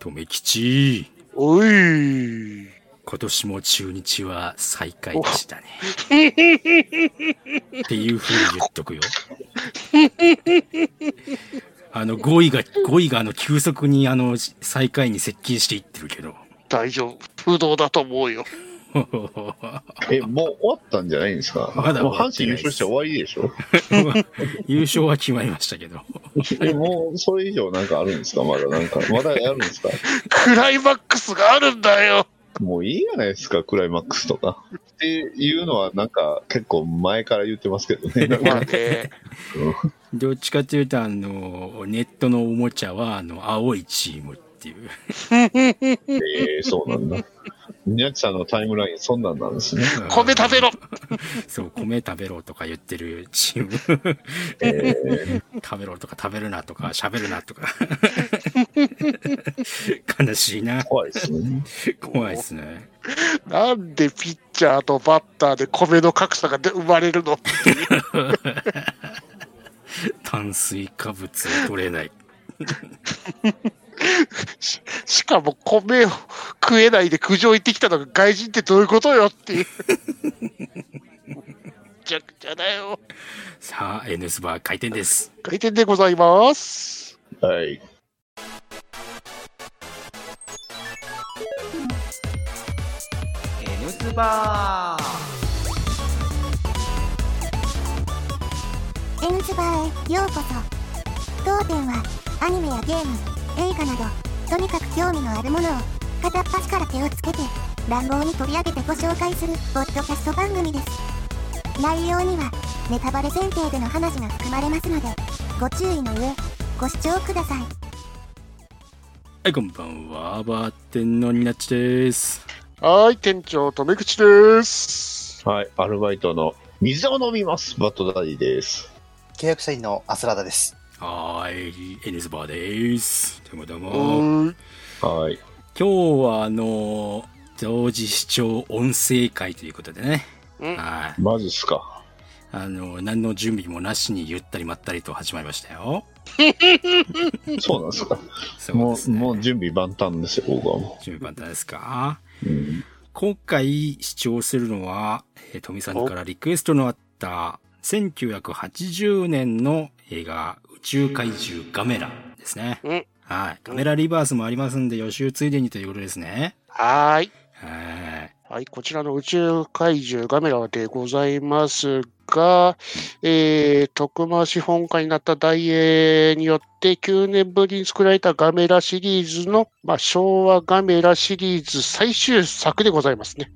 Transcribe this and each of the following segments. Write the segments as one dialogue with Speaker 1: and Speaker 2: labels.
Speaker 1: 留吉。
Speaker 2: おい。
Speaker 1: 今年も中日は最下位でしたね。っていう風に言っとくよ。5位が急速に最下位に接近していってるけど。
Speaker 2: 大丈夫。不動だと思うよ。
Speaker 3: もう終わったんじゃないんですか？
Speaker 1: まだ
Speaker 3: もう阪神優勝して終わりでしょ？
Speaker 1: 優勝は決まりましたけど。
Speaker 3: もうそれ以上なんかあるんですか？まだやるんですか？
Speaker 2: クライマックスがあるんだよ。
Speaker 3: もういいじゃないですか、クライマックスとか。っていうのはなんか結構前から言ってますけどね。
Speaker 2: まあね。
Speaker 1: どっちかというとネットのおもちゃは青いチームっていう。
Speaker 3: そうなんだ。宮地さんのタイムラインそんなんなんですね。
Speaker 2: 米食べろ。
Speaker 1: そう、米食べろとか言ってるチーム。食べろとか食べるなとか喋るなとか。悲しいな。
Speaker 3: 怖いですね。
Speaker 1: 怖いですね。
Speaker 2: なんでピッチャーとバッターで米の格差が生まれるの？
Speaker 1: 炭水化物を取れない。
Speaker 2: しかも米を食えないで苦情言ってきたのが外人ってどういうことよっていう。めちゃくちゃだよ。
Speaker 1: さあ、N スバー開店です。
Speaker 2: 開店でございます。
Speaker 3: はい。
Speaker 4: N スバー。
Speaker 5: N スバーへようこそ。当店はアニメやゲーム、映画などとにかく興味のあるものを片っ端から手をつけて乱暴に取り上げてご紹介するポッドキャスト番組です。内容にはネタバレ前提での話が含まれますのでご注意の上ご視聴ください。
Speaker 1: はい、こんばんは。バーテンのニナッチです。
Speaker 2: はい、店長留口です。
Speaker 3: はい、アルバイトの水を飲みますバッドダディです。
Speaker 6: 契約社員のアスラダです。
Speaker 1: はい、N スバーです。どうもどうも。
Speaker 3: はい。
Speaker 1: 今日は同時視聴音声会ということでね。はい。
Speaker 3: マジっすか。
Speaker 1: 何の準備もなしにゆったりまったりと始まりましたよ。
Speaker 3: そうなんですか。
Speaker 1: そうですね。
Speaker 3: もう準備万端ですよ、僕はも
Speaker 1: う。準備万端ですか、
Speaker 3: 今
Speaker 1: 回視聴するのは、富さんからリクエストのあった1980年の映画宇宙怪獣ガメラですね。はい。ガメラリバースもありますんで予習ついでにということですね。
Speaker 2: はい。はい、こちらの宇宙怪獣ガメラでございますが、徳間資本家になった大英によって9年ぶりに作られたガメラシリーズの、昭和ガメラシリーズ最終作でございますね。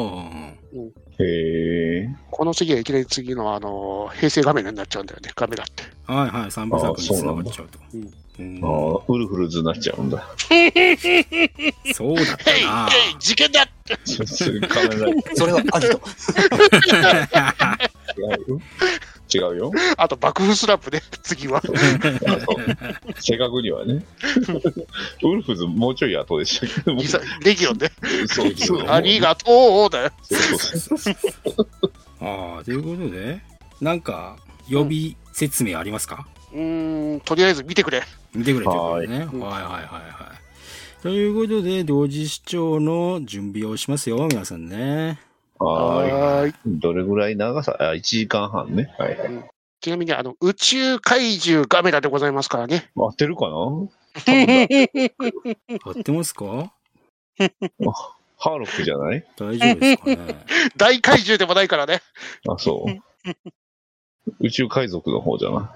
Speaker 2: この次はいきなり次の平成ガメラになっちゃうんだよね、ガメラって。
Speaker 1: はいはい、3部作につながっちゃうと。
Speaker 3: ウルフルズになっちゃうんだ。
Speaker 1: そうだったな。
Speaker 2: 事件だ
Speaker 6: それはアギト。
Speaker 3: 違うよ。
Speaker 2: あと爆風スラップね、次は。
Speaker 3: 正確にはね。ウルフズもうちょい後でしたけど。
Speaker 2: レギオンね。
Speaker 3: そう。
Speaker 2: ありがとうだよ。
Speaker 1: ということで、なんか予備説明ありますか？
Speaker 2: とりあえず見てくれ。
Speaker 1: 見てくれということでね。はい。ということで、同時視聴の準備をしますよ、皆さんね。
Speaker 3: はい。どれぐらい長さ？1時間半ね。はい。
Speaker 2: ちなみに、宇宙怪獣ガメラでございますからね。
Speaker 3: 合ってるかな？
Speaker 1: 合ってますか？
Speaker 3: ハーロックじゃない？
Speaker 1: 大丈夫ですかね？
Speaker 2: 大怪獣でもないからね。
Speaker 3: あ、そう。宇宙海賊の方じゃな。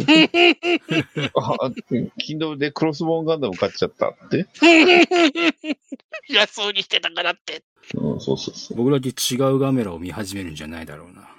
Speaker 3: キンドルでクロスボーンガンダム買っちゃったって？
Speaker 2: 安売りしてたからって。
Speaker 3: そう。
Speaker 1: 僕だけ違うガメラを見始めるんじゃないだろうな。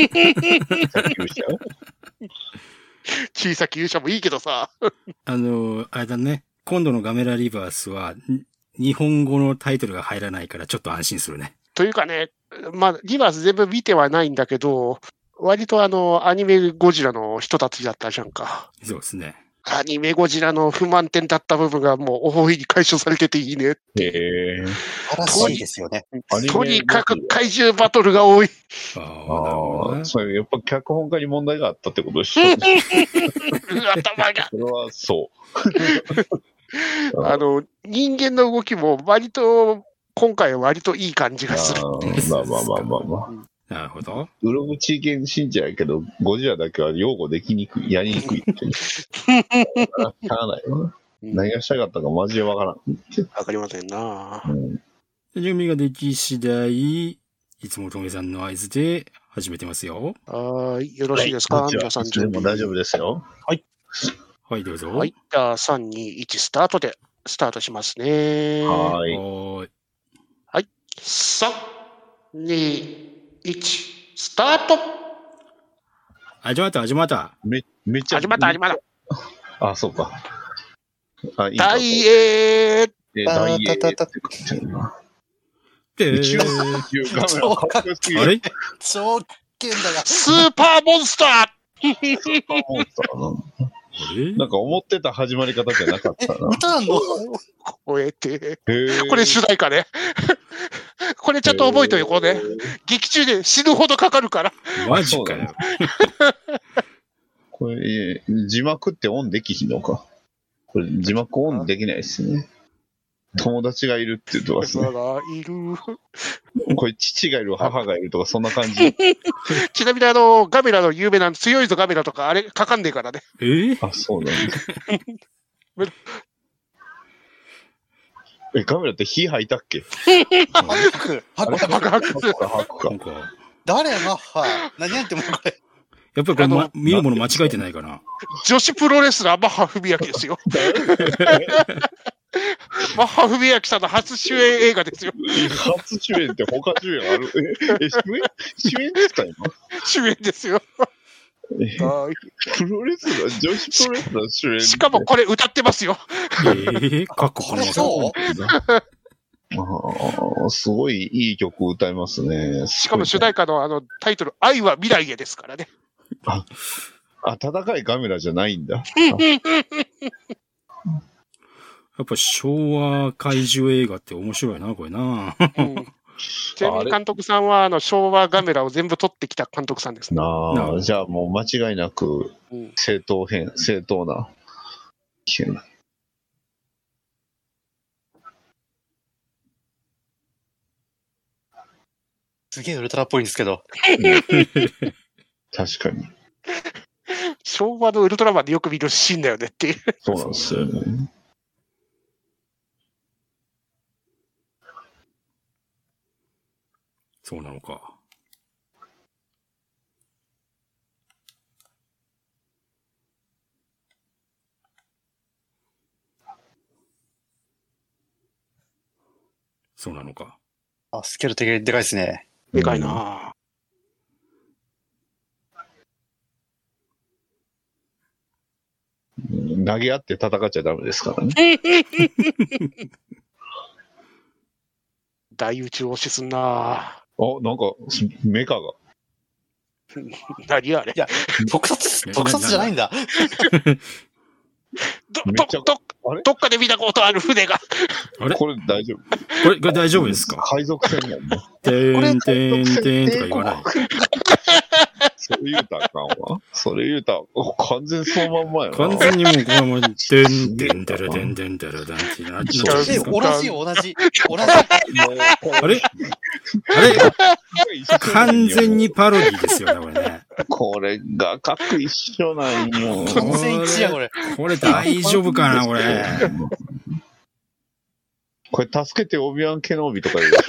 Speaker 2: 小さき勇者もいいけどさ。
Speaker 1: あれだね。今度のガメラリバースは、日本語のタイトルが入らないからちょっと安心するね。
Speaker 2: というかね、リバース全部見てはないんだけど、割とアニメゴジラの人たちだったじゃんか。
Speaker 1: そうですね。
Speaker 2: アニメゴジラの不満点だった部分がもう大いに解消されてていいね。
Speaker 6: 素晴らしいですよね。
Speaker 2: とにかく怪獣バトルが多い。
Speaker 3: それやっぱ脚本家に問題があったってことでしょ。
Speaker 2: 頭が。
Speaker 3: それはそ
Speaker 2: 人間の動きも割と、今回は割といい感じがする。
Speaker 3: まあ。
Speaker 1: なるほど。
Speaker 3: うろぶち系信者やけど、ゴジラだけは擁護できにくい、やりにくいっていう。しゃあないわ。何がしたかったかマジでわからん。
Speaker 2: わかりませんな。
Speaker 1: 準備ができ次第、いつもトメさんの合図で始めてますよ。
Speaker 2: はい。よろしいですか、皆さん準備。
Speaker 3: 大丈夫ですよ。
Speaker 6: はい。
Speaker 1: はい、どうぞ。
Speaker 2: はい。じゃあ、3、2、1、スタートで、スタートしますね。
Speaker 3: はい。
Speaker 2: はい。3、2、1、スタート。
Speaker 1: 始まった。
Speaker 3: めっちゃ。
Speaker 2: 始まった。
Speaker 3: あ、そうか。
Speaker 2: 大英
Speaker 3: 大英宇宙ガメラかっこよすぎる。
Speaker 1: あれ
Speaker 6: 超かっけえんだが。
Speaker 2: スーパーモンスタ
Speaker 3: ーなんか思ってた始まり方じゃなかったな。
Speaker 6: 歌あんの
Speaker 2: 超えて。これ主題歌ね。これちゃんと覚えといて、これね。劇中で死ぬほどかかるから。
Speaker 1: マジかよ。
Speaker 3: これ、字幕ってオンできひんのか。これ字幕オンできないですね。友達がいるって言ってますね。これ父がいる、母がいるとかそんな感じ。
Speaker 2: ちなみにガメラの有名な強いぞガメラとかあれかかんねえからね。
Speaker 3: あ、そうなんだ。ガメラって火吐いたっけ？
Speaker 6: 吐く。誰マッハ？何やってもこれ。
Speaker 1: やっぱりこれ、見るもの間違えてないかな。
Speaker 2: 女子プロレスラーマッハ文明ですよ。マッハ文明さんの初主演映画ですよ。
Speaker 3: 初主演って他主演ある？主演ですか今？
Speaker 2: 主演ですよ。
Speaker 3: プロレスラー、女子プロレスラー主演。
Speaker 2: しかもこれ歌ってますよ。
Speaker 6: これそう？
Speaker 3: すごいいい曲歌いますね。
Speaker 2: しかも主題歌のタイトル、愛は未来へですからね。
Speaker 3: 戦いガメラじゃないんだ。
Speaker 1: やっぱ昭和怪獣映画って面白いな、これな。
Speaker 2: ちなみに監督さんは昭和ガメラを全部撮ってきた監督さんですね。
Speaker 3: じゃあもう間違いなく正当な。
Speaker 6: すげえウルトラっぽいんですけど。
Speaker 3: 確かに。
Speaker 2: 昭和のウルトラマンでよく見るシーンだよねっていう。
Speaker 3: そうなんですよね。
Speaker 1: そうなのか。そうなのか。
Speaker 6: スケール的にでかいですね。
Speaker 2: でかいな
Speaker 3: 投げ合って戦っちゃダメですからね。
Speaker 2: 大宇宙推しすんな
Speaker 3: なんか、メカが。
Speaker 2: 何あれ？
Speaker 6: いや、特撮じゃないんだ。
Speaker 2: どっかで見たことある船が。
Speaker 1: あれ
Speaker 3: これ大丈夫？
Speaker 1: これ大丈夫ですか？
Speaker 3: 海賊船なんだ。
Speaker 1: てんてんてんとか言わない。
Speaker 3: それ言うたらあかんわ。それ言うたら、完全そのまんまやな。
Speaker 1: 完全にもうこれも、てんてんてるてんてんてるてんってなっちゃうんですか？
Speaker 6: 同じ。
Speaker 1: あれ完全にパロディですよね、これね。
Speaker 3: これ、画角一緒なんよ。
Speaker 6: 完全一致や、これ。
Speaker 1: これ大丈夫かな、これ。
Speaker 3: これ、助けてオビワン・ケノービとか言う。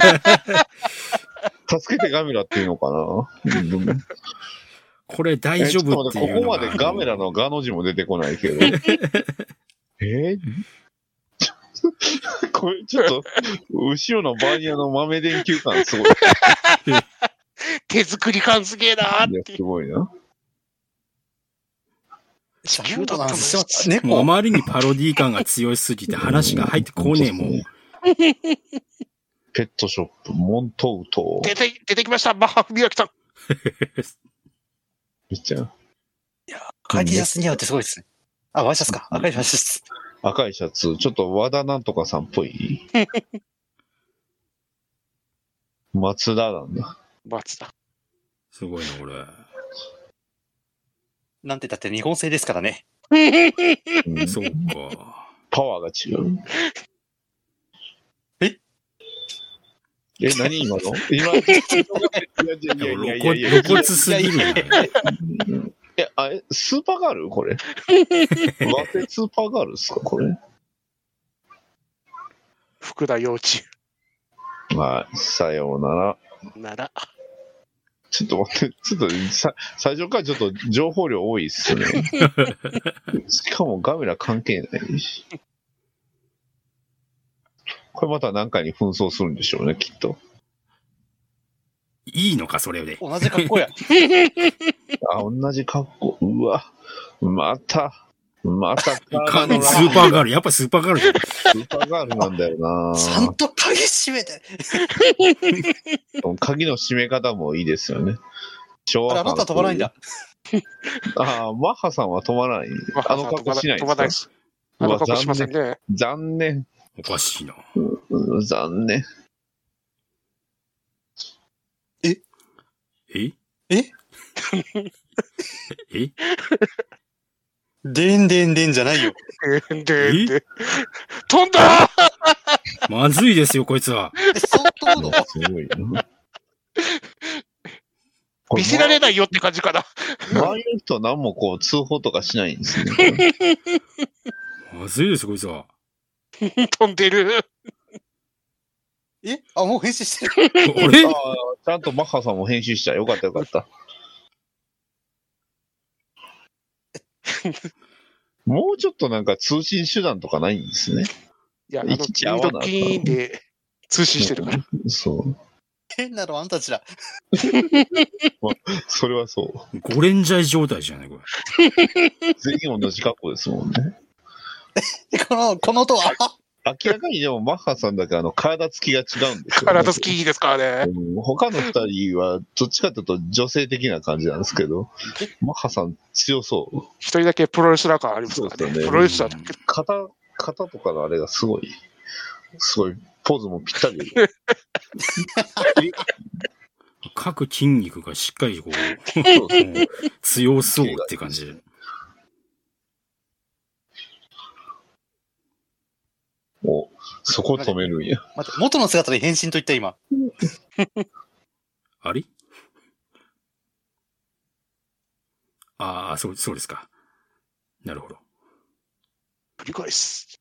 Speaker 3: 助けてガメラっていうのかな。
Speaker 1: これ大丈夫っていうの
Speaker 3: ここまでガメラのガの字も出てこないけど。これちょっと、後ろのバーニアの豆電球感すごい。
Speaker 2: 手作り感すげえなーって。
Speaker 3: すごいな。
Speaker 2: 地球だったんですよ。
Speaker 1: もうあまりにパロディ感が強すぎて話が入ってこねえもん。
Speaker 3: ペットショップ、モントウト。
Speaker 2: 出てきました、マッハ文明さん。
Speaker 3: めっちゃ。
Speaker 6: いや、赤い T シャツ似合うってすごいですね。ワイシャツか。赤いシャツ。
Speaker 3: 赤いシャツ、ちょっと和田なんとかさんっぽい。松田なんだ。
Speaker 2: 松田。
Speaker 1: すごいな、これ。
Speaker 6: なんてだって日本製ですからね。
Speaker 1: そうか。
Speaker 3: パワーが違う。何今の今、
Speaker 1: 露骨すぎるよね。
Speaker 3: スーパーガールこれ。和製スーパーガールですかこれ。
Speaker 2: 福田幼稚。
Speaker 3: まあ、さようなら。
Speaker 2: なら。
Speaker 3: ちょっと待って、最初からちょっと情報量多いっすね。しかもガメラ関係ないし。これまた何かに紛争するんでしょうね、きっと。
Speaker 1: いいのか、それで。
Speaker 6: 同じ格好や。
Speaker 3: 同じ格好。うわ。また。
Speaker 1: スーパーガール。やっぱスーパーガールじゃん。
Speaker 3: スーパーガールなんだよな。
Speaker 6: ちゃんと鍵閉めて。
Speaker 3: 鍵の閉め方もいいですよね。
Speaker 6: あなた止まらないんだ。
Speaker 3: マッハさんは止まらない。あの格好しないんですか？
Speaker 2: 止まらないです。あの格好しませんね。
Speaker 3: 残念。
Speaker 1: おかしいな。
Speaker 3: 残念。
Speaker 1: え
Speaker 6: でんでんでんじゃないよ。
Speaker 2: 飛んだ
Speaker 1: まずいですよ、こいつは。
Speaker 6: 相当の
Speaker 3: すごいな。
Speaker 2: 見せられないよって感じかな。
Speaker 3: 周りの人は何も通報とかしないんですね。
Speaker 1: まずいですよ、こいつは。
Speaker 2: 飛んでる。
Speaker 6: もう編集してる。
Speaker 3: ちゃんとマッハさんも編集した。よかったよかった。もうちょっとなんか通信手段とかないんですね。
Speaker 2: いや、キードキーンで通信してるから。
Speaker 3: そう。
Speaker 6: 変なのあんたちら。
Speaker 3: それはそう。
Speaker 1: ゴレンジャー状態じゃないこ
Speaker 3: れ。全員同じ格好ですもんね。
Speaker 6: この音は
Speaker 3: 明らかにでもマッハさんだけ体つきが違うんですよ、ね。
Speaker 2: 体つきいいですからね。
Speaker 3: 他の二人はどっちかというと女性的な感じなんですけど、マッハさん強そう。
Speaker 2: 一人だけプロレスラー感ありますからね。
Speaker 3: そうですよね。
Speaker 2: プロレスラーだけど。
Speaker 3: 肩とかのあれがすごい、ポーズもぴったり。
Speaker 1: 各筋肉がしっかり強そうって感じ。
Speaker 3: そこ止めるんや。
Speaker 6: 待って、元の姿で変身と言った今。
Speaker 1: あれ？そうですか。なるほど。
Speaker 2: 繰り返す。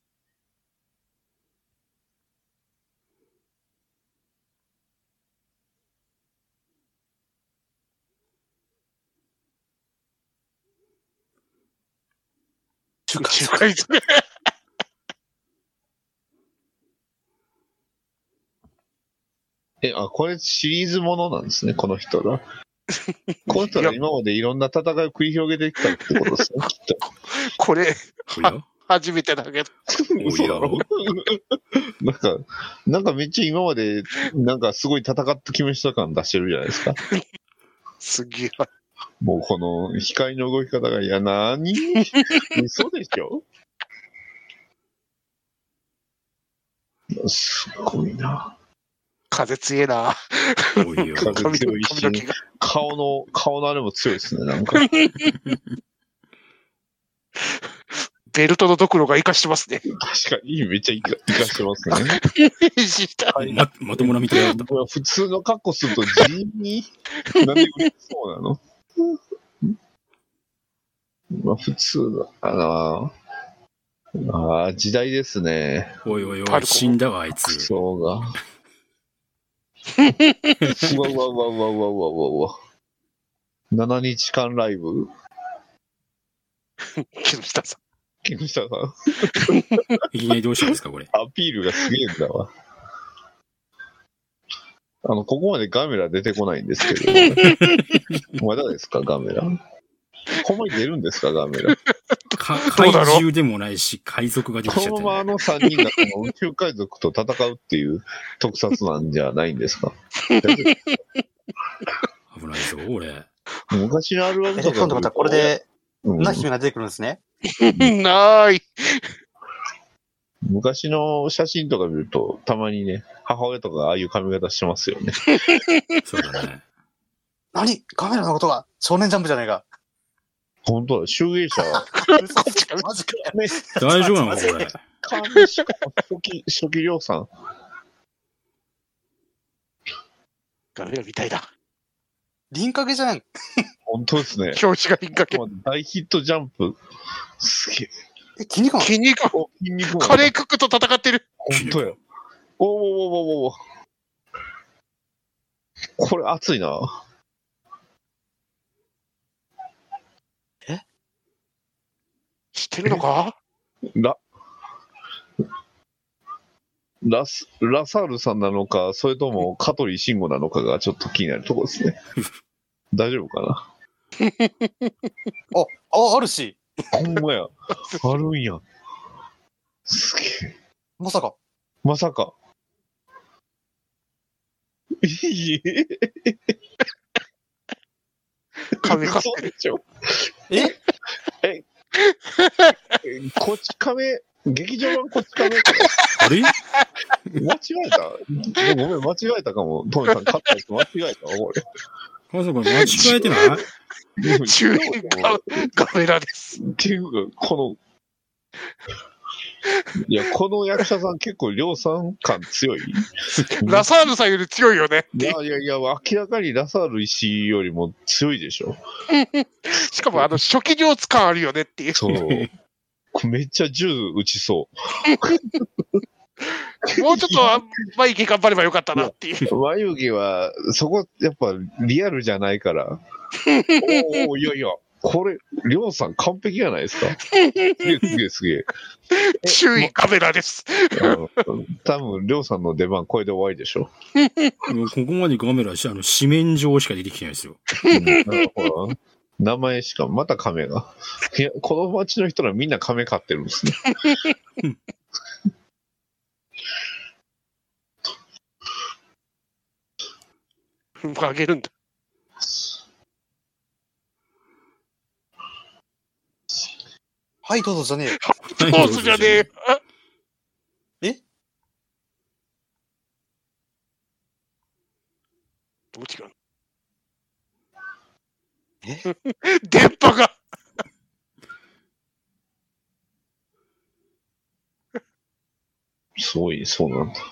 Speaker 6: 繰り返す。
Speaker 3: これシリーズものなんですね、この人ら。この人ら今までいろんな戦いを繰り広げてきたってことですね、きっと。
Speaker 2: これ、初めてだけど。
Speaker 3: そうだろなんかめっちゃ今まで、なんかすごい戦ってきました感出してるじゃないですか。
Speaker 2: すげえ。
Speaker 3: もうこの光の動き方が、いや、嘘でしょ？すごいな。
Speaker 2: 風強えな。
Speaker 3: 風強いし、顔のあれも強いですね、なんか。
Speaker 2: ベルトのドクロが活かしてますね。
Speaker 3: 確かに、めっちゃ活かしてますね。
Speaker 1: まともな見てやった。
Speaker 3: 普通の格好すると地味に、なんで売れそうなの？普通の、時代ですね。
Speaker 1: おい、死んだわ、あいつ。
Speaker 3: そうが。うわ。7日間ライブ
Speaker 2: 木下さん。
Speaker 1: いきなりどうしたんですか、これ。
Speaker 3: アピールがすげえんだわ。ここまでガメラ出てこないんですけど。まだですか、ガメラ。ほんまに出るんですか、ガメラ。
Speaker 1: 怪獣でもないし、海賊が出てきちゃった、ね。
Speaker 3: このまま3人が宇宙海賊と戦うっていう特撮なんじゃないんですか。
Speaker 1: 危ないぞ、俺。
Speaker 3: 昔のあるわけとか。
Speaker 6: 今度またこれで、な姫が出てくるんですね。
Speaker 2: ない。
Speaker 3: 昔の写真とか見ると、たまにね、母親とかああいう髪型してますよね。
Speaker 1: そうだね。
Speaker 6: カメラのことが少年ジャンプじゃないか。
Speaker 3: 本当だ、集英社。
Speaker 6: マジか。
Speaker 1: 大丈夫なのこれ。
Speaker 3: 初期量産。
Speaker 2: ガメラみたいだ。
Speaker 6: 輪掛けじゃん。
Speaker 3: 本当ですね。
Speaker 2: 表紙が輪掛け。
Speaker 3: 大ヒットジャンプ。すげえ。
Speaker 6: 筋肉マン。
Speaker 2: 筋肉カレークックと戦ってる。
Speaker 3: 本当や。お。これ熱いな。
Speaker 2: 知ってるのか？
Speaker 3: ラサールさんなのか、それとも香取慎吾なのかがちょっと気になるところですね。大丈夫かな。
Speaker 6: あるし。
Speaker 3: ほんまや。あるんや。すげえ。
Speaker 6: まさか。
Speaker 2: 亀かってる。
Speaker 3: こち亀、劇場版こち亀。
Speaker 1: あれ
Speaker 3: 間違えたごめん、間違えたかも。トミさん、勝ったやつ間違えたわ、俺。
Speaker 1: まさか間違えてない
Speaker 2: 中年カメラです。
Speaker 3: っていうか、この役者さん結構量産感強い。
Speaker 2: ラサールさんより強いよね。
Speaker 3: いや、明らかにラサール石よりも強いでしょ。
Speaker 2: しかも初期量感あるよねっていう。
Speaker 3: そう。めっちゃ銃撃ちそう。
Speaker 2: もうちょっと眉毛頑張ればよかったなっていう。
Speaker 3: 眉毛は、そこ、やっぱリアルじゃないから。いや、これ、りょうさん完璧じゃないですか。すげえ。
Speaker 2: 注意カメラです。
Speaker 3: 多分、りょうさんの出番これで終わりでしょ。
Speaker 1: ここまでカメラ紙面上しか出てきてないですよ。
Speaker 3: なるほど。名前しか、また亀が。いや、この町の人らみんな亀飼ってるんですね。
Speaker 2: あげるんだ。
Speaker 6: はい、どうぞじゃねえよ。
Speaker 2: どうぞじゃねえよ。
Speaker 6: え？
Speaker 2: どう違うの？
Speaker 6: え？
Speaker 2: 電波が
Speaker 3: すごい、そうなんだ。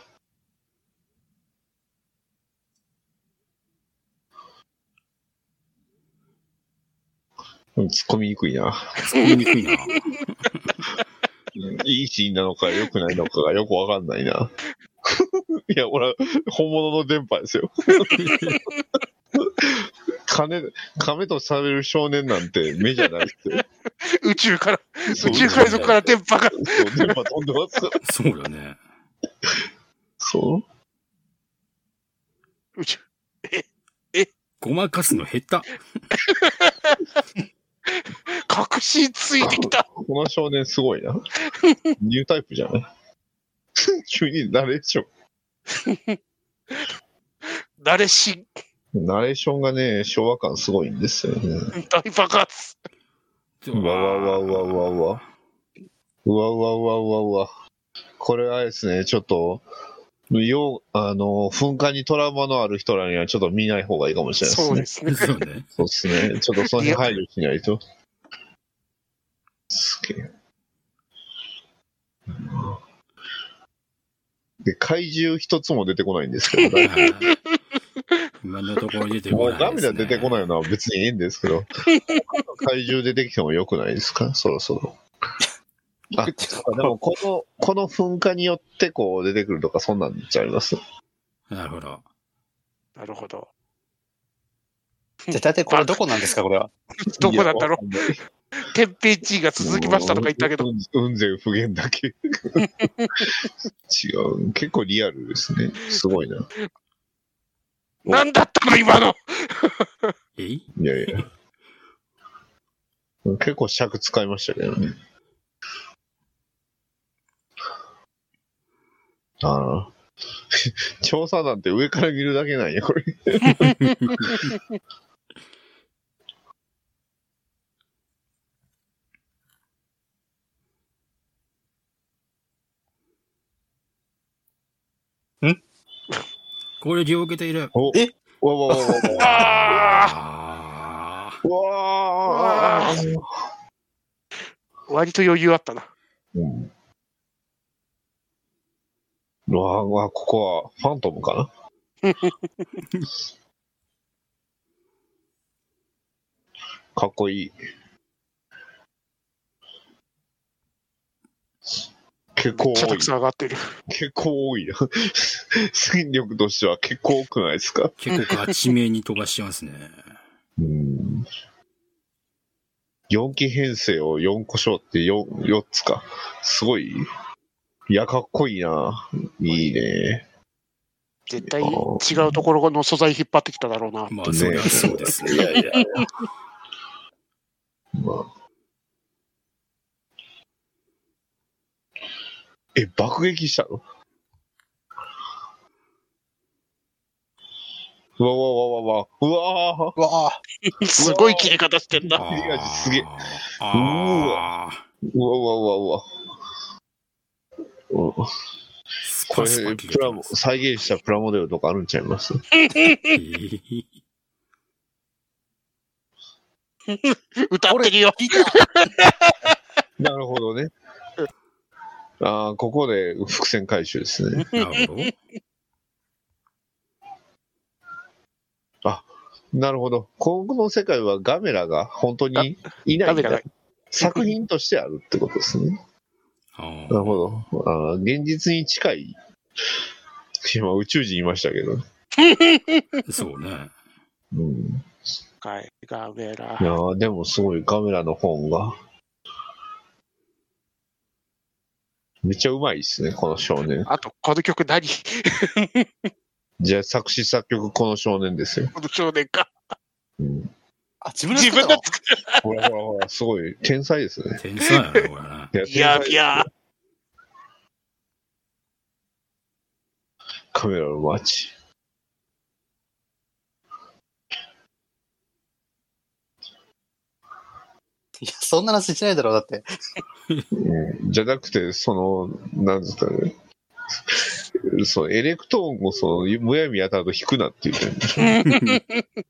Speaker 3: 突っ込みにくいな。いいシーンなのか良くないのかがよくわかんないな。いや、俺は本物の電波ですよ。亀と喋る少年なんて目じゃないですよ。
Speaker 2: 宇宙海賊から電波が。
Speaker 3: そう、電波飛んでますから。
Speaker 1: そうだね。
Speaker 2: 宇宙。
Speaker 1: ごまかすの下手。
Speaker 2: 確信ついてきた。
Speaker 3: この少年すごいな。ニュータイプじゃない急にナレーション。
Speaker 2: ナレー
Speaker 3: ションがね、昭和感すごいんですよね。
Speaker 2: 大爆発。
Speaker 3: うわ。これはですね、ちょっと、噴火にトラウマのある人らにはちょっと見ない方がいいかもしれないですね。
Speaker 2: そうですね。
Speaker 3: そうですね。ちょっとその辺配慮しないと。すげえ。で、怪獣一つも出てこないんですけど、
Speaker 1: 今のところ出てこないですね。
Speaker 3: ガメラ出てこないのは別にいいんですけど、怪獣出てきてもよくないですか、そろそろ。でもこの噴火によってこう出てくるとかそんなんちゃいます。
Speaker 1: なるほど。
Speaker 6: じゃあ大体これどこなんですか、これは。
Speaker 2: どこなんだろう。天変地異が続きましたとか言ったけど。
Speaker 3: 雲仙普賢だけ。違う。結構リアルですね。すごいな。
Speaker 2: なんだったの今の。
Speaker 3: いや。結構尺使いましたけどね。調査なんて上から見るだけなんや、これ。
Speaker 1: 攻撃を受けている。
Speaker 3: わ
Speaker 2: 割と余裕あったな。
Speaker 3: うん。ここはファントムかなかっこいい。結構多い。
Speaker 2: めっちゃたくさん上がってる。
Speaker 3: 結構多いな。戦力としては結構多くないですか？
Speaker 1: 結構ガチめに飛ばしてますね。
Speaker 3: 4期編成を4個賞って 4つか。すごい。いや、かっこいいな。いいね。
Speaker 2: 絶対違うところの素材引っ張ってきただろうな。
Speaker 1: まあ、そりゃそうですね。
Speaker 3: いやいやいや。まあ。爆撃したの？うわ
Speaker 2: すごい切り方してんな。
Speaker 3: すげえ。これ再現したプラモデルとかあるんちゃいます？
Speaker 2: 歌ってるよ。
Speaker 3: なるほどね。ここで伏線回収ですね。
Speaker 1: なるほど。
Speaker 3: なるほど。この世界はガメラが本当にいないんだ。作品としてあるってことですね。なるほど。現実に近い。今宇宙人いましたけど。
Speaker 1: そうね。
Speaker 2: はい、ガメラ。
Speaker 3: いやでもすごいガメラの本が。めっちゃうまいですね、この少年。
Speaker 2: あと、この曲何？
Speaker 3: じゃあ作詞作曲この少年ですよ。
Speaker 2: この少年か。
Speaker 6: 自分で作ったの？
Speaker 3: ほら、すごい。天才ですね。
Speaker 1: 天才やね、これね。
Speaker 2: いや。
Speaker 3: カメラの街。
Speaker 6: いや、そんな話しないだろう、だって。
Speaker 3: じゃなくて、なんですかね。エレクトーンをむやみやたらと弾くなって言ってるんでしょ。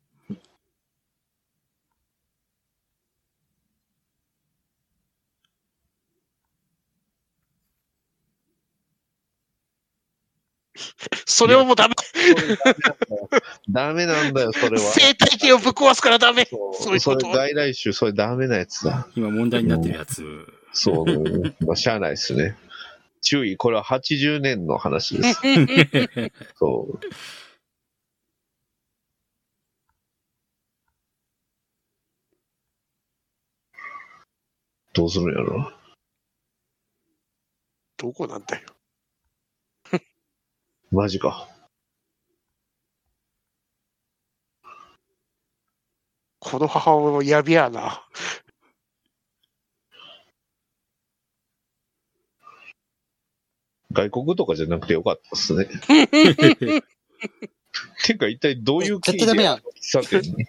Speaker 2: それはもうダメ。
Speaker 3: ダメなんだよ、それは。
Speaker 2: 生態系をぶっ壊すからダメ。そういうこと。
Speaker 3: 外来種、それダメなやつだ。
Speaker 1: 今問題になってるやつ。
Speaker 3: そうね。まあ、しゃあないですね。注意、これは80年の話です。そう。どうするんやろ？
Speaker 2: どこなんだよ。
Speaker 3: マジか。
Speaker 2: この母親もやべやな。
Speaker 3: 外国とかじゃなくてよかったっすね。てか一体どういう経緯で喫茶店に。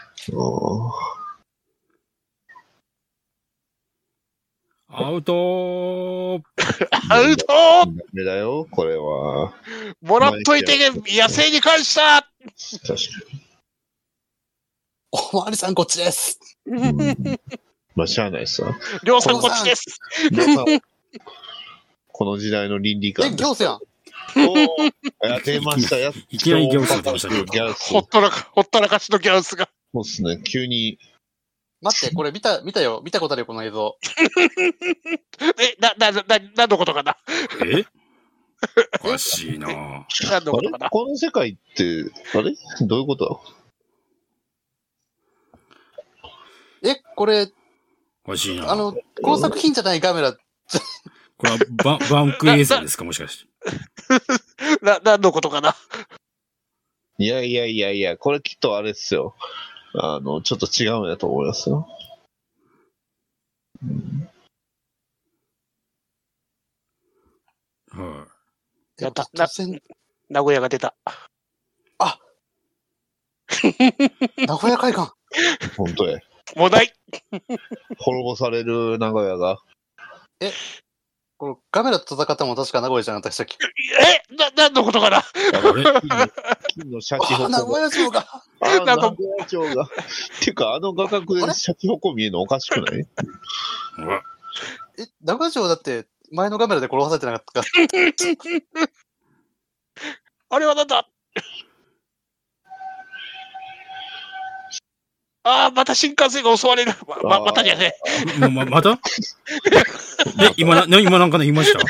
Speaker 1: アウト
Speaker 2: アウト
Speaker 3: ダメだよ、これは。
Speaker 2: もらっといて、野生に返した。
Speaker 3: 確かに。
Speaker 6: おまわりさんこっちです。
Speaker 3: まあ、しゃあないさ。
Speaker 2: りょうさんこっちです。
Speaker 3: この時代の倫理観。
Speaker 6: 行政やん。
Speaker 3: 出ました。
Speaker 1: いきなりギャウスが出ましたね。
Speaker 2: ほったらかしのギャウスが。
Speaker 3: そうっすね、急に。
Speaker 6: 待って、これ見たことあるよ、この映像。
Speaker 2: 何のことかな？
Speaker 1: おかしいな。
Speaker 2: 何のことかな？
Speaker 3: この世界って、どういうこと
Speaker 6: だ？これ、
Speaker 1: おかしいな。
Speaker 6: この作品じゃないカメラ。
Speaker 1: これはバンク映像ですか、もしかして。
Speaker 2: 何のことかな？
Speaker 3: いや、これきっとあれっすよ。ちょっと違うんやと思いますよ。
Speaker 2: 名古屋が出た。
Speaker 6: あ名古屋会館。
Speaker 3: 本当や。
Speaker 2: もうない。
Speaker 3: 滅ぼされる名古屋が。
Speaker 6: このガメラと戦ったのも確か名古屋じゃなかったっけ？
Speaker 2: 何のことかな。
Speaker 3: 金のシャチホコ
Speaker 6: 名古屋城が。
Speaker 3: 名古屋城が。っていうか、画角でシャチホコ見えるのおかしくない？
Speaker 6: 名古屋城だって前のカメラで殺されてなかったか。
Speaker 2: あれはなんだ。また新幹線が襲われる。またじゃね
Speaker 1: え。また今なんかの言いました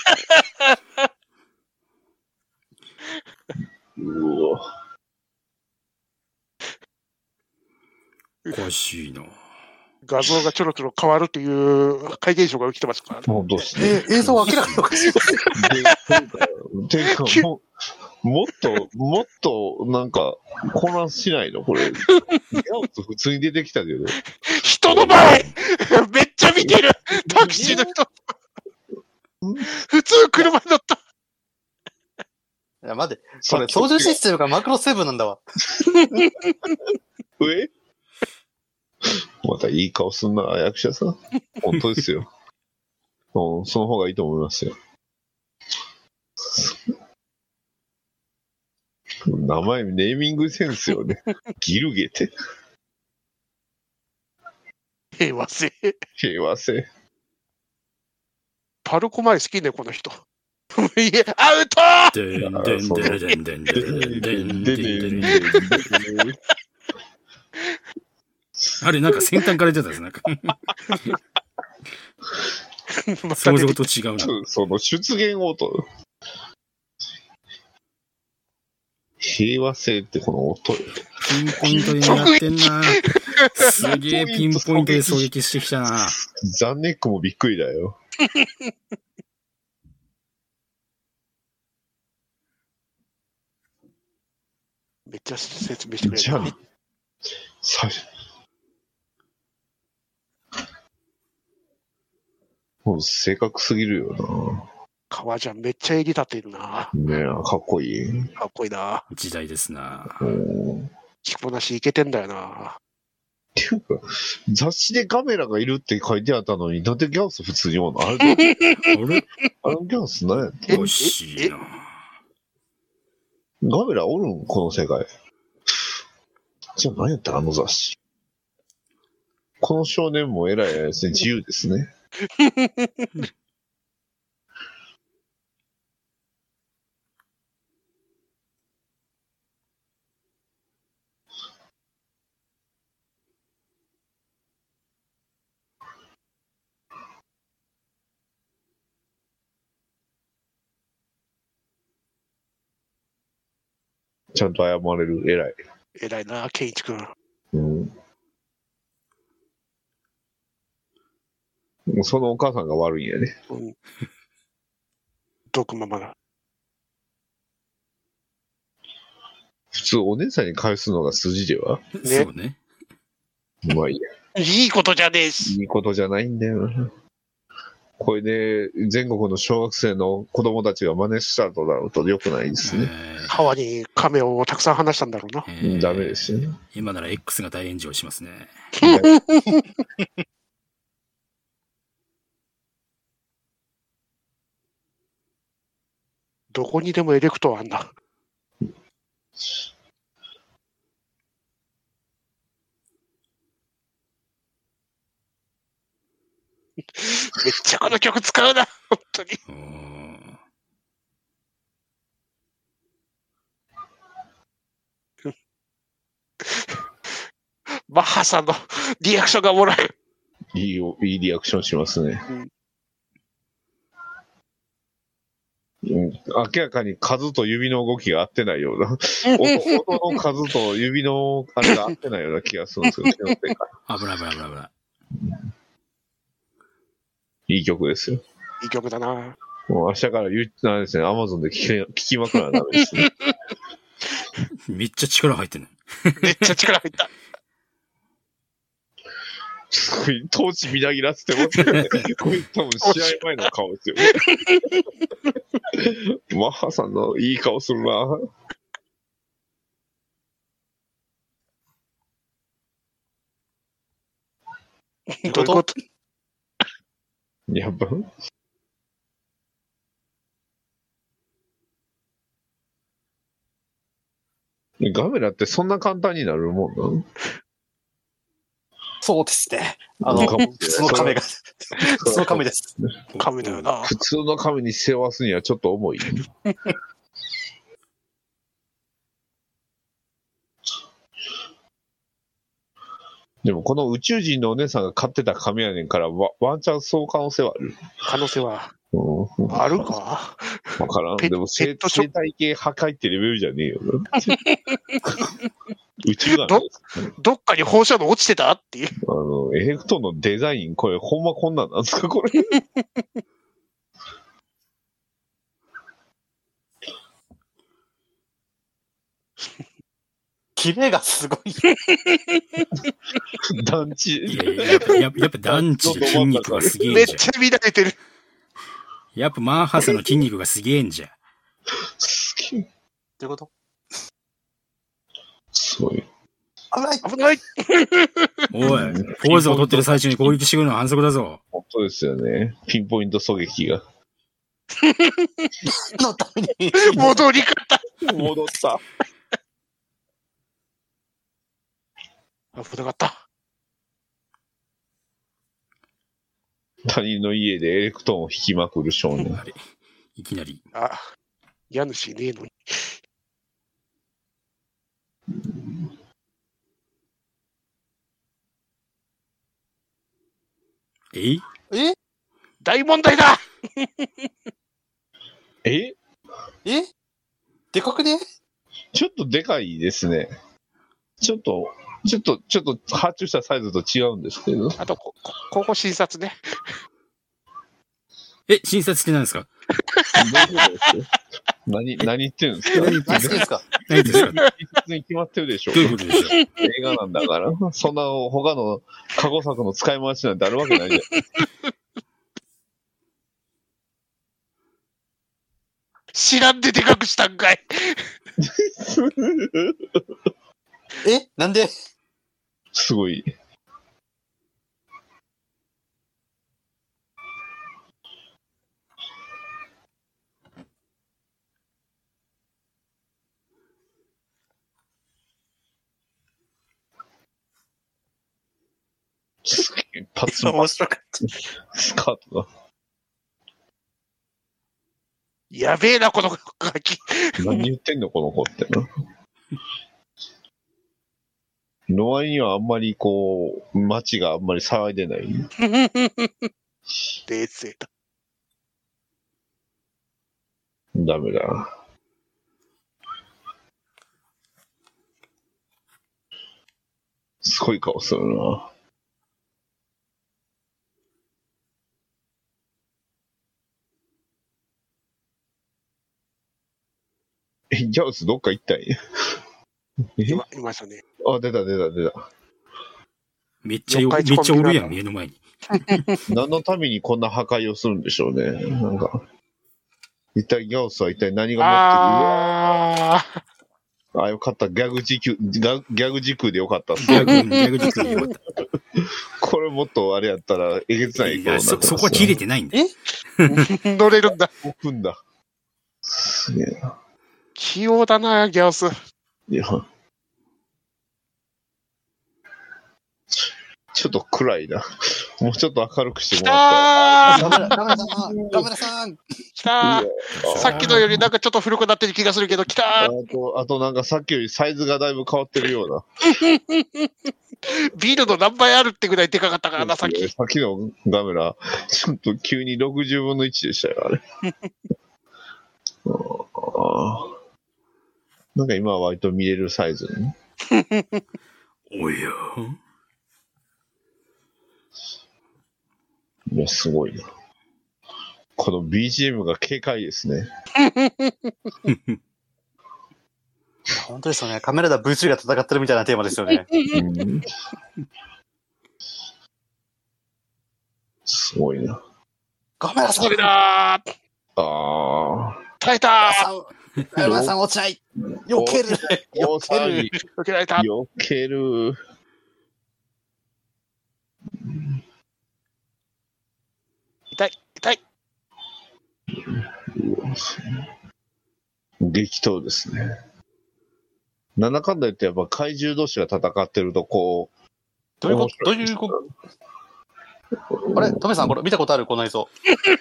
Speaker 1: おかしいな。
Speaker 2: 画像がちょろちょろ変わるっていう怪現象が起きてますからね。
Speaker 3: どうして？
Speaker 6: 映像は明らかにおかしい。
Speaker 3: ていうか、もっと、なんか、混乱しないのこれ。ギャオス普通に出てきたけど。
Speaker 2: 人の前めっちゃ見てるタクシーの人普通車に乗った。
Speaker 6: いや、待って、これ操縦システムがマクロ7なんだわ。
Speaker 3: またいい顔すんな、役者さん。本当ですよ。その方がいいと思いますよ。名前、ネーミングセンスよね。ギルゲテ。
Speaker 2: 平和性。
Speaker 3: 平和性。
Speaker 2: パルコ前好きね、この人。いえ、アウト
Speaker 1: あれ、なんか先端から出たんです、なんか。想像と違うな。
Speaker 3: その出現音。平和性ってこの音。
Speaker 1: ピンポイントで狙ってんな。すげえピンポイントで狙撃してきたな。
Speaker 3: ザンネックもびっくりだよ。
Speaker 2: めっちゃ説明してくれる。
Speaker 3: じゃあ、もう正確すぎるよな。
Speaker 2: 革ジャンめっちゃ襟立っているな。
Speaker 3: ねえ、かっこいい。
Speaker 2: かっこいいな。
Speaker 1: 時代ですな。
Speaker 2: 着こなしいけてんだよな。
Speaker 3: っていうか、雑誌でカメラがいるって書いてあったのに、なんでギャオス普通におんの？あれあのギャオス何やった
Speaker 1: おしいな。
Speaker 3: ガメラおるんこの世界。じゃあ何やったあの雑誌。この少年も偉いですね。自由ですね。ちゃんと謝れる。偉い。
Speaker 2: 偉いな、ケンイチ君。
Speaker 3: そのお母さんが悪いんやね。
Speaker 2: 毒ママが。
Speaker 3: 普通お姉さんに返すのが筋では？
Speaker 1: ね。そうね。
Speaker 3: まあいいや。
Speaker 2: いいことじゃねえし。
Speaker 3: いいことじゃないんだよな。これで全国の小学生の子供たちが真似したとなると良くないですね。
Speaker 2: 川に亀をたくさん話したんだろうな。
Speaker 3: ダメですよね。
Speaker 1: 今なら X が大炎上しますね。
Speaker 2: どこにでもエレクトーあんだ。めっちゃこの曲使うな、本当に。マッハさんのリアクションがおもろい。
Speaker 3: いいリアクションしますね。明らかに数と指の動きが合ってないような。音の数と指のあれが合ってないような気がするんですけど。危
Speaker 1: ない。
Speaker 3: いい曲ですよ。
Speaker 2: いい曲だな。
Speaker 3: もう明日からですね、アマゾンで聴きまくらなダメですね。
Speaker 1: めっちゃ力入ってんの。
Speaker 2: めっちゃ力入った。
Speaker 3: すごい、トーチみなぎらせてますね。これ多分試合前の顔ですよ。マッハさんのいい顔するな。
Speaker 2: どういうこと？
Speaker 3: やっぱガメラってそんな簡単になるもんなの？
Speaker 6: そうですね。普通の亀が、普通の亀です。
Speaker 2: 亀だよな。
Speaker 3: 普通の亀に背負わすにはちょっと重い。でもこの宇宙人のお姉さんが飼ってた亀やねんからワンチャンそう可能性はある。
Speaker 2: 可能性はあるか？
Speaker 3: わからん。でも生態系破壊ってレベルじゃねえよ。宇宙が
Speaker 2: どっかに放射能落ちてたっていう。
Speaker 3: エレクトーンのデザイン、これほんまこんなんなんですかこれ。
Speaker 6: キレがすごい。
Speaker 3: 団地。
Speaker 1: やっぱ団地で筋肉がすげえんじゃん。
Speaker 2: めっちゃ乱れてる。
Speaker 1: やっぱマンハスの筋肉がすげえんじゃん。
Speaker 3: すげえ。
Speaker 6: どういうこと？
Speaker 3: すごい。
Speaker 6: 危ない
Speaker 2: 危ない。
Speaker 1: おい、ポーズを取ってる最中に攻撃してくるのは反則だぞ。
Speaker 3: 本当ですよね。ピンポイント狙撃が。
Speaker 6: のために
Speaker 2: 戻り方。
Speaker 3: 戻った。
Speaker 2: 危なかった。
Speaker 3: 他人の家でエレクトーンを引きまくる少年。
Speaker 1: いきなり。
Speaker 2: 家主ねえのに。
Speaker 1: え
Speaker 2: 大問題だ。
Speaker 3: え
Speaker 6: でかくね？
Speaker 3: ちょっとでかいですね。ちょっと発注したサイズと違うんですけど。
Speaker 2: あと、ここ診察ね。
Speaker 1: 診察って何ですか？
Speaker 3: 何言ってるんですか？
Speaker 6: 何言ってんですか？
Speaker 1: 何ですか？
Speaker 3: 普通に決まってるでしょ。
Speaker 1: どういうことでしょう？
Speaker 3: 映画なんだから。そんな他の過去作の使い回しなんてあるわけないじゃん。
Speaker 2: 知らんででかくしたんかい。
Speaker 6: なんで？
Speaker 3: すごい。一発
Speaker 6: 面白かった。
Speaker 3: スカートが。
Speaker 2: やべえな、このガキ。
Speaker 3: 何言ってんの、この子ってな。の割にはあんまり街があんまり騒いでない。
Speaker 2: 冷静だ。
Speaker 3: ダメだ。すごい顔するな。ギャウスどっか行ったんや。
Speaker 2: いましたね。
Speaker 3: 出た。
Speaker 1: めっちゃおるやん、目の前に。
Speaker 3: 何のためにこんな破壊をするんでしょうね。なんか、一体ギャウスは一体何が持ってる？よかった。ギャグ時空でよかったっす。
Speaker 1: ギャグ時空でよかった。
Speaker 3: これもっとあれやったらえげつないことになってます。
Speaker 1: そこは切れてないんだ。
Speaker 2: 乗れるんだ。
Speaker 3: 置くんだ。すげえな。
Speaker 2: 器用だな、ギャオス。
Speaker 3: いや。ちょっと暗いな。もうちょっと明るくしてもらったら。
Speaker 6: ガメラさん
Speaker 2: 来たー。さっきのよりなんかちょっと古くなってる気がするけど、来た
Speaker 3: ー。あとなんかさっきよりサイズがだいぶ変わってるような。
Speaker 2: ビールの何倍あるってぐらいでかかったからな、さっき。
Speaker 3: さっきのガメラ、ちょっと急に60分の1でしたよ、あれ。なんか今は割と見れるサイズに。
Speaker 1: おや？
Speaker 3: いや、すごいな。この BGM が軽快ですね。
Speaker 6: 本当ですよね。カメラだ V3 が戦ってるみたいなテーマですよね。
Speaker 3: すごいな。
Speaker 6: カメラさん。
Speaker 2: 耐えた
Speaker 6: ー。カメラさん落ちない。避ける。
Speaker 2: 避けられた。
Speaker 3: 避ける。
Speaker 2: 痛い。
Speaker 3: 激闘ですね。 なんだかんだ言ってやっぱ怪獣同士が戦ってるとこう、
Speaker 6: どういうことあれトメさんこれ見たことあるこの映像。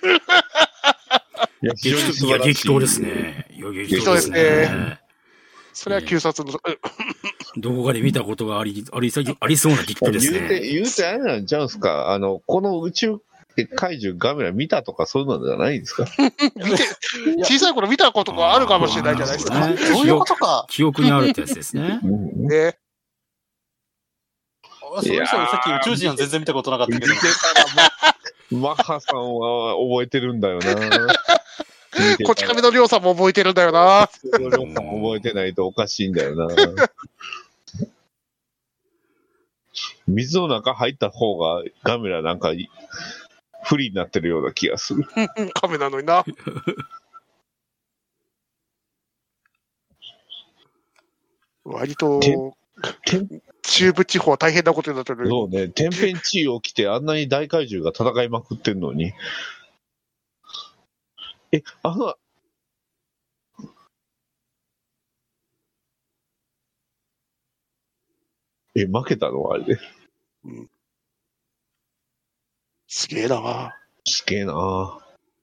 Speaker 3: いや、非常に素晴らしい。
Speaker 1: 激闘ですね。激
Speaker 2: 闘ですね。それは旧殺の、
Speaker 1: どこかで見たことがありそうな激闘ですね。
Speaker 3: 言うてあれなんちゃうんすか、この宇宙怪獣ガメラ見たとかそういうのじゃないんですか
Speaker 2: 小さい頃見たことがあるかもしれないじゃないですか。
Speaker 6: そういうことか。
Speaker 1: 記憶にあるってやつですね。
Speaker 2: ね。
Speaker 6: それさっき宇宙人は全然見たことなかったけど。
Speaker 3: マッハさんは覚えてるんだよな。
Speaker 2: こち亀のりょうさんも覚えてるんだよな。
Speaker 3: 覚えてないとおかしいんだよな。水の中入った方がガメラなんか不利になってるような気がする。
Speaker 2: カメなのにな。割と中部地方は大変なことになってる。
Speaker 3: そうね、天変地異起きてあんなに大怪獣が戦いまくってんのに。負けたのあれで。
Speaker 2: すげえな。
Speaker 3: すげえな。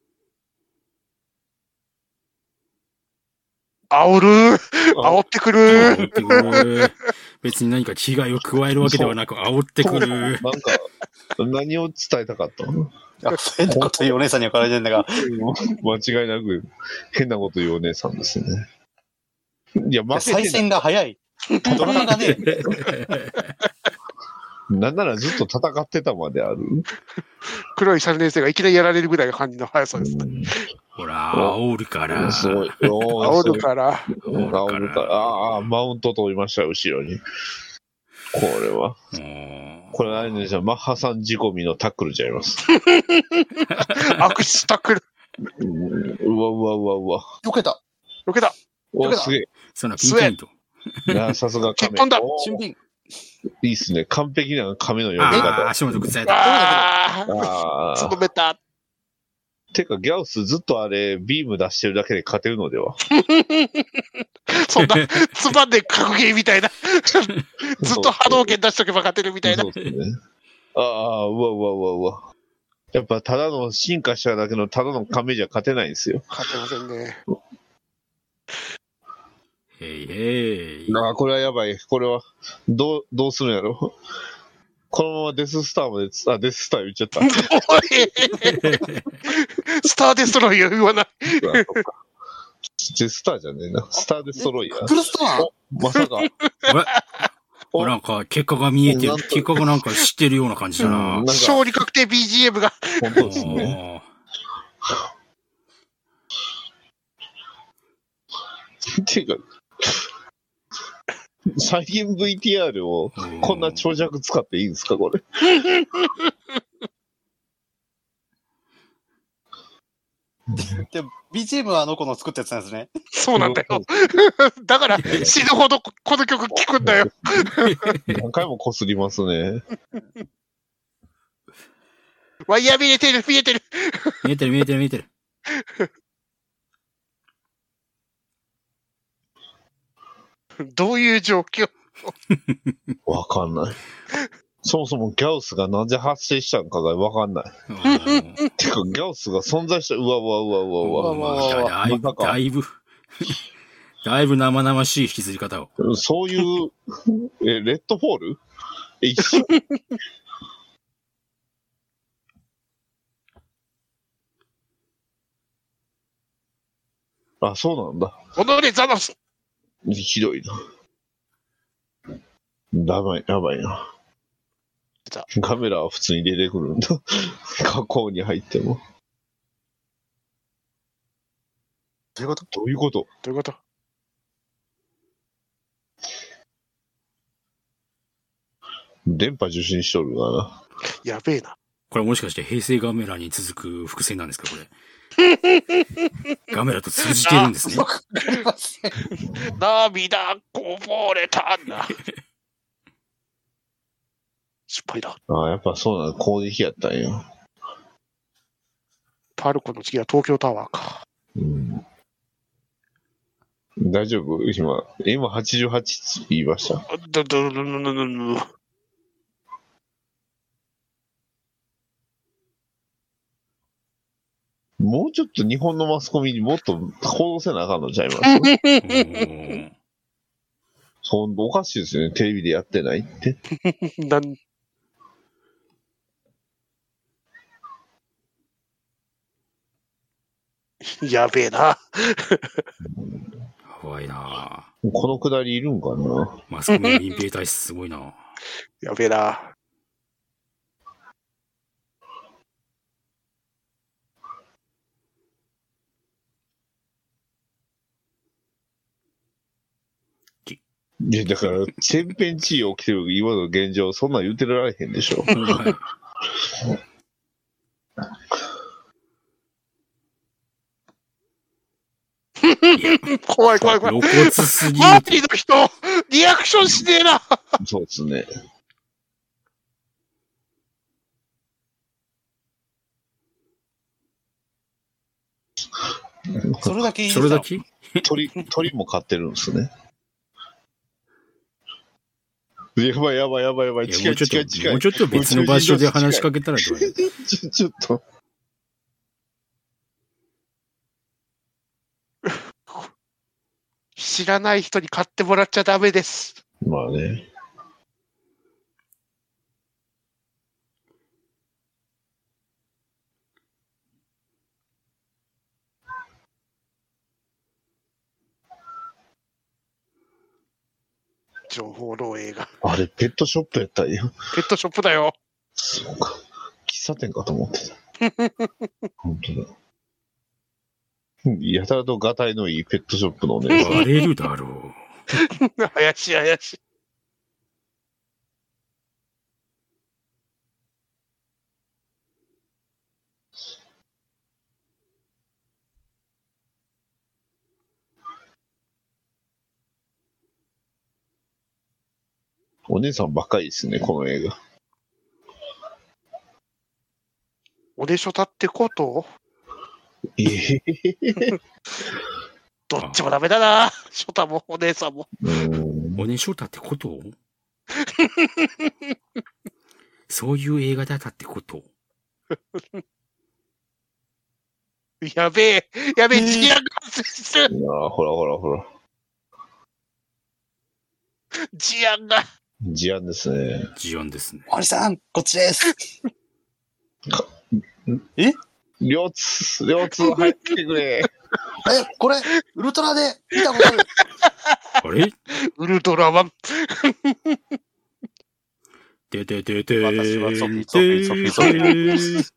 Speaker 2: 煽ってくる。
Speaker 1: 別に何か危害を加えるわけではなく煽ってくる。
Speaker 3: なんか、何を伝えたかったの？
Speaker 6: 変なこと言うお姉さんにはかられてんだが。
Speaker 3: 間違いなく変なこと言うお姉さんですね。いや、
Speaker 6: 再戦が早い。ドラマがね。
Speaker 3: なんならずっと戦ってたまである。
Speaker 2: 黒い3年生がいきなりやられるぐらいの感じの速さですね。
Speaker 1: ほら、煽るから。
Speaker 2: 煽るから。
Speaker 3: ああ、マウント取りましたよ、後ろに。これは。これあれですよ、マッハさん仕込みのタックルちゃいます。
Speaker 2: 悪質タックル。
Speaker 3: うわ。
Speaker 6: よけた。
Speaker 3: お、すげえ。
Speaker 1: そんなピンポイント。
Speaker 3: さすが亀。
Speaker 2: 俊敏。
Speaker 3: いいっすね。完璧な亀の読み方。
Speaker 1: 足元崩された。
Speaker 2: つぼめた。
Speaker 3: てか、ギャウスずっとあれ、ビーム出してるだけで勝てるのでは？
Speaker 2: そんな、つまんで格ゲーみたいな。ずっと波動拳出しとけば勝てるみたいな。
Speaker 3: そうですね。うわ。やっぱ、ただの進化しただけのただの亀じゃ勝てないんですよ。
Speaker 2: 勝てませんね。
Speaker 3: これはやばい。これは、どうするんやろ？このままデススターまで、デススター言っちゃった。
Speaker 2: スターデストロイヤー言わない。
Speaker 3: デススターじゃねえな。スターデストロイヤー。
Speaker 6: クルストア
Speaker 3: まさか。
Speaker 1: なんか、結果が見えてる。結果がなんか知ってるような感じだな。
Speaker 2: 勝利確定 BGM が。
Speaker 3: 本当ですね。っていうか、再現 VTR をこんな長尺使っていいんですか、これ。
Speaker 6: でも BGM はあの子の作ったやつなんですね。
Speaker 2: そうなんだよ。だから死ぬほどこの曲聴くんだよ。
Speaker 3: 何回もこすりますね。
Speaker 2: ワイヤー見えてる。
Speaker 1: 見えてる。
Speaker 2: どういう状況？
Speaker 3: わかんない。そもそもギャウスがなぜ発生したのかがわかんない。てか、ギャウスが存在した、うわ。
Speaker 1: だいぶ生々しい引きずり方を。
Speaker 3: そういう、レッドフォール？一緒。あ、そうなんだ。
Speaker 2: ザノス。
Speaker 3: ひどいな。やばいな。カメラは普通に出てくるんだ。加工に入っても。
Speaker 6: どういうこと？
Speaker 2: どういうこと？
Speaker 3: 電波受信しとるがな。
Speaker 2: やべえな。
Speaker 1: これもしかして平成ガメラに続く伏線なんですか、これ。ガメラと通じてるんですね。
Speaker 2: 涙こぼれたんだ。失敗だ。
Speaker 3: やっぱそうなの。攻撃やったんや。
Speaker 2: パルコの次は東京タワーか。
Speaker 3: 大丈夫今、M88 って言いました。もうちょっと日本のマスコミにもっと報道せなあかんのちゃいますそんおかしいですよね。テレビでやってないって。
Speaker 2: やべえな。
Speaker 1: 怖いな。
Speaker 3: このくだりいるんかな。
Speaker 1: マスコミの隠蔽体質すごいな。
Speaker 2: やべえな。
Speaker 3: いや、だから、天変地異起きてる今の現状、そんなん言うてられへんでしょ。
Speaker 2: 怖い怖い怖い。
Speaker 1: 露骨すぎる。
Speaker 2: パーティーの人、リアクションしねえな。
Speaker 3: そうですね。
Speaker 6: それだけいい。
Speaker 1: それだけ
Speaker 3: 鳥も飼ってるんですね。やばいやばいやばいやばい。近い近い近い。
Speaker 1: もうちょっと別の場所で話しかけたらどうや
Speaker 3: ちょっと。
Speaker 2: 知らない人に買ってもらっちゃダメです。
Speaker 3: まあね。
Speaker 2: 情報漏洩が。
Speaker 3: あれ、ペットショップやったんや。
Speaker 2: ペットショップだよ。
Speaker 3: そうか。喫茶店かと思ってた。本当だ。やたらとガタイのいいペットショップのね。
Speaker 1: バレるだろう。
Speaker 2: 怪しい怪しい。
Speaker 3: お姉さんばっかりですね、この映画。
Speaker 2: おねしょたってことどっちもダメだな。ショタもお姉さんも。
Speaker 1: おねしょたってことそういう映画だったってこと
Speaker 2: やべえ、やべえ、事案が発生する。
Speaker 3: ああ、ほらほらほら。
Speaker 2: 事案が。
Speaker 3: 事案ですね。
Speaker 1: 事案ですね。
Speaker 6: おじさん、こっちです。
Speaker 3: 両津入ってきてくれ。
Speaker 6: これ、ウルトラで見たことある。
Speaker 1: あれ
Speaker 2: ウルトラマン。
Speaker 1: てててて
Speaker 6: 私はソフィソフィソフィソフィ。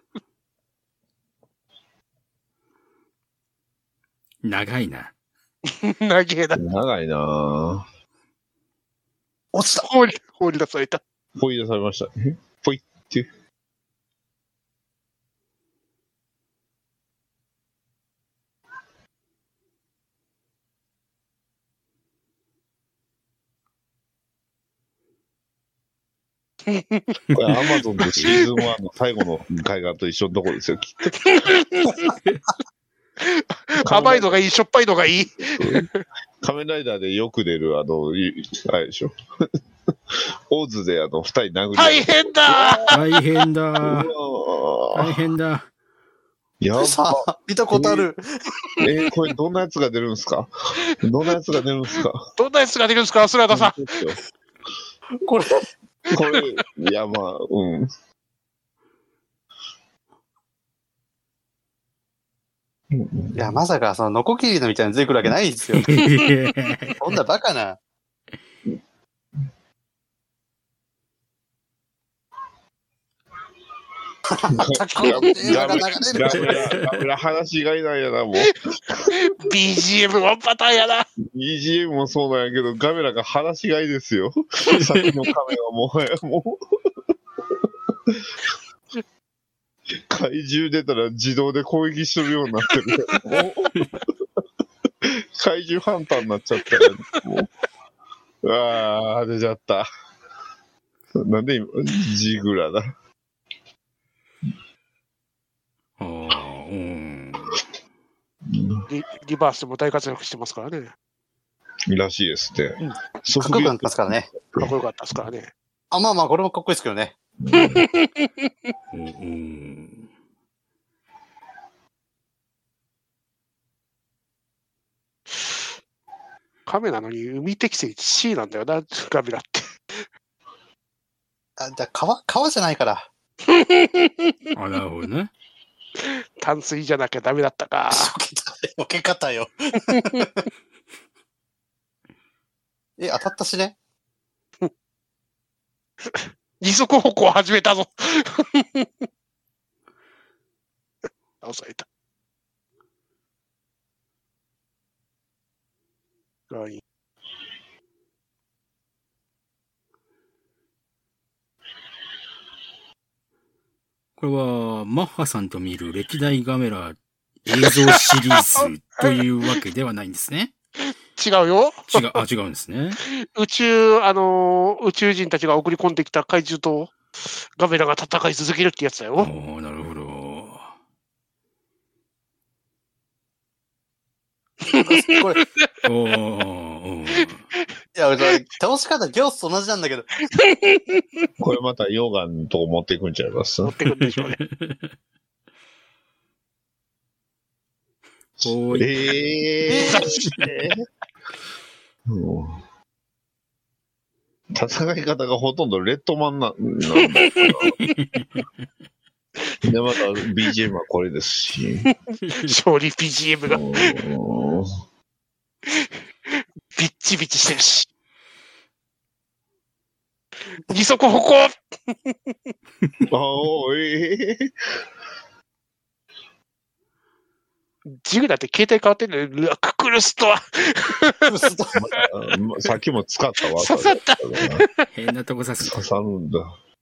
Speaker 1: 長いな。
Speaker 2: 長えな。
Speaker 3: 長いな。
Speaker 6: 落ちた。
Speaker 2: 放り出された。
Speaker 3: 放り出されました。ポイって。これアマゾンのシーズン1の最後の海岸と一緒のところですよ、きっと。
Speaker 2: 甘いのがいい、しょっぱいのがいい。
Speaker 3: 仮面ライダーでよく出る、あれでしょ。オーズで二人殴り。
Speaker 2: 大変だ
Speaker 1: 大変だ大変だ。
Speaker 3: やば。
Speaker 6: さあ、見たことある。
Speaker 3: これどんなやつが出るんですかどんなやつが出るんですか
Speaker 2: どんなやつが出るんですか、スラダさん。
Speaker 6: これ、
Speaker 3: いや、まあ、うん。
Speaker 6: いや、まさか、その、ノコギリのみたいに出てくるわけないですよ。そんなバカな。
Speaker 3: ガメラ話がいないやな、もう。
Speaker 2: BGM ワンパターンやな。
Speaker 3: BGM もそうなんやけど、ガメラが話がいですよ。さっきのカメはもはやもう。怪獣出たら自動で攻撃するようになってる。怪獣ハンターになっちゃったよ。もう出ちゃった。なんで今、ジグラだ。
Speaker 2: リバースでも大活躍してますからね。
Speaker 3: らしいですって。
Speaker 6: かっこよくなってますからね。
Speaker 2: かっこよかったですからね。
Speaker 6: まあ、これもかっこいいですけどね。
Speaker 2: カメなのに海適性 C なんだよな、カメラって。
Speaker 6: じゃあ川じゃないから。
Speaker 1: なるほどね。
Speaker 2: 淡水じゃなきゃダメだったか。
Speaker 6: 避け方よ。当たったしね。
Speaker 2: 二足歩行を始めたぞ。抑えた。
Speaker 1: これは、マッハさんと見る歴代ガメラ映像シリーズというわけではないんですね。
Speaker 2: 違うよ。
Speaker 1: 違うんですね。
Speaker 2: 宇宙人たちが送り込んできた怪獣とガメラが戦い続けるってやつだよ。
Speaker 1: なるほど。
Speaker 6: これ。いや、倒し方、ギョースと同じなんだけど。
Speaker 3: これまた溶岩のとこ持っていくんちゃいます？
Speaker 2: 持っていくんでしょうね。
Speaker 3: 戦い方がほとんどレッドマンなんだよな。で、また BGM はこれですし。
Speaker 2: 勝利 BGM が。ビッチビチしてるし。二足歩行ジグだって携帯変わってんのよ。ククルストア
Speaker 3: さっきも使ったわ。
Speaker 2: 刺さった。
Speaker 1: 変なとこ刺す。
Speaker 3: 刺さるんだ。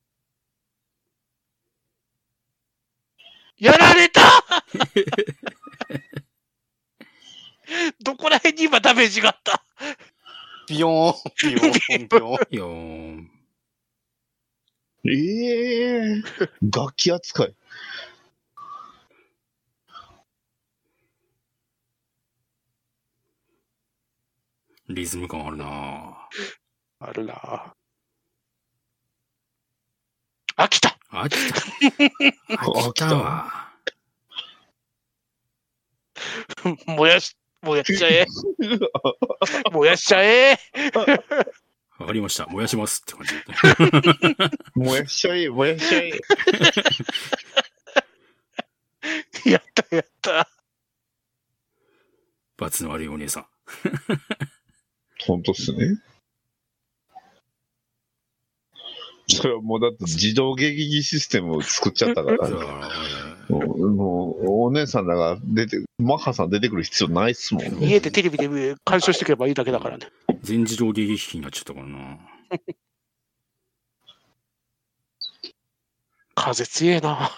Speaker 2: やられたどこら辺に今ダメージがあった
Speaker 6: ビヨーン、ビヨーン、ビヨーン。
Speaker 3: 楽器扱い。
Speaker 1: リズム感あるなぁ。
Speaker 2: あるなぁ。飽きた
Speaker 1: 飽きたわ。
Speaker 2: 燃やしちゃえ燃やしちゃえ
Speaker 1: わかりました。燃やしますって感じ。
Speaker 3: 燃やしちゃえ、燃やしちゃえ。
Speaker 2: やった。
Speaker 1: 罰の悪いお姉さん。
Speaker 3: 本当っすね。それはもうだって自動迎撃システムを作っちゃったから。もうお姉さんらがマッハさん出てくる必要ないっすもんね。
Speaker 2: 家でテレビで干渉してくればいいだけだからね。
Speaker 1: 全自動迎撃機になっちゃったからな。
Speaker 2: 風強えな。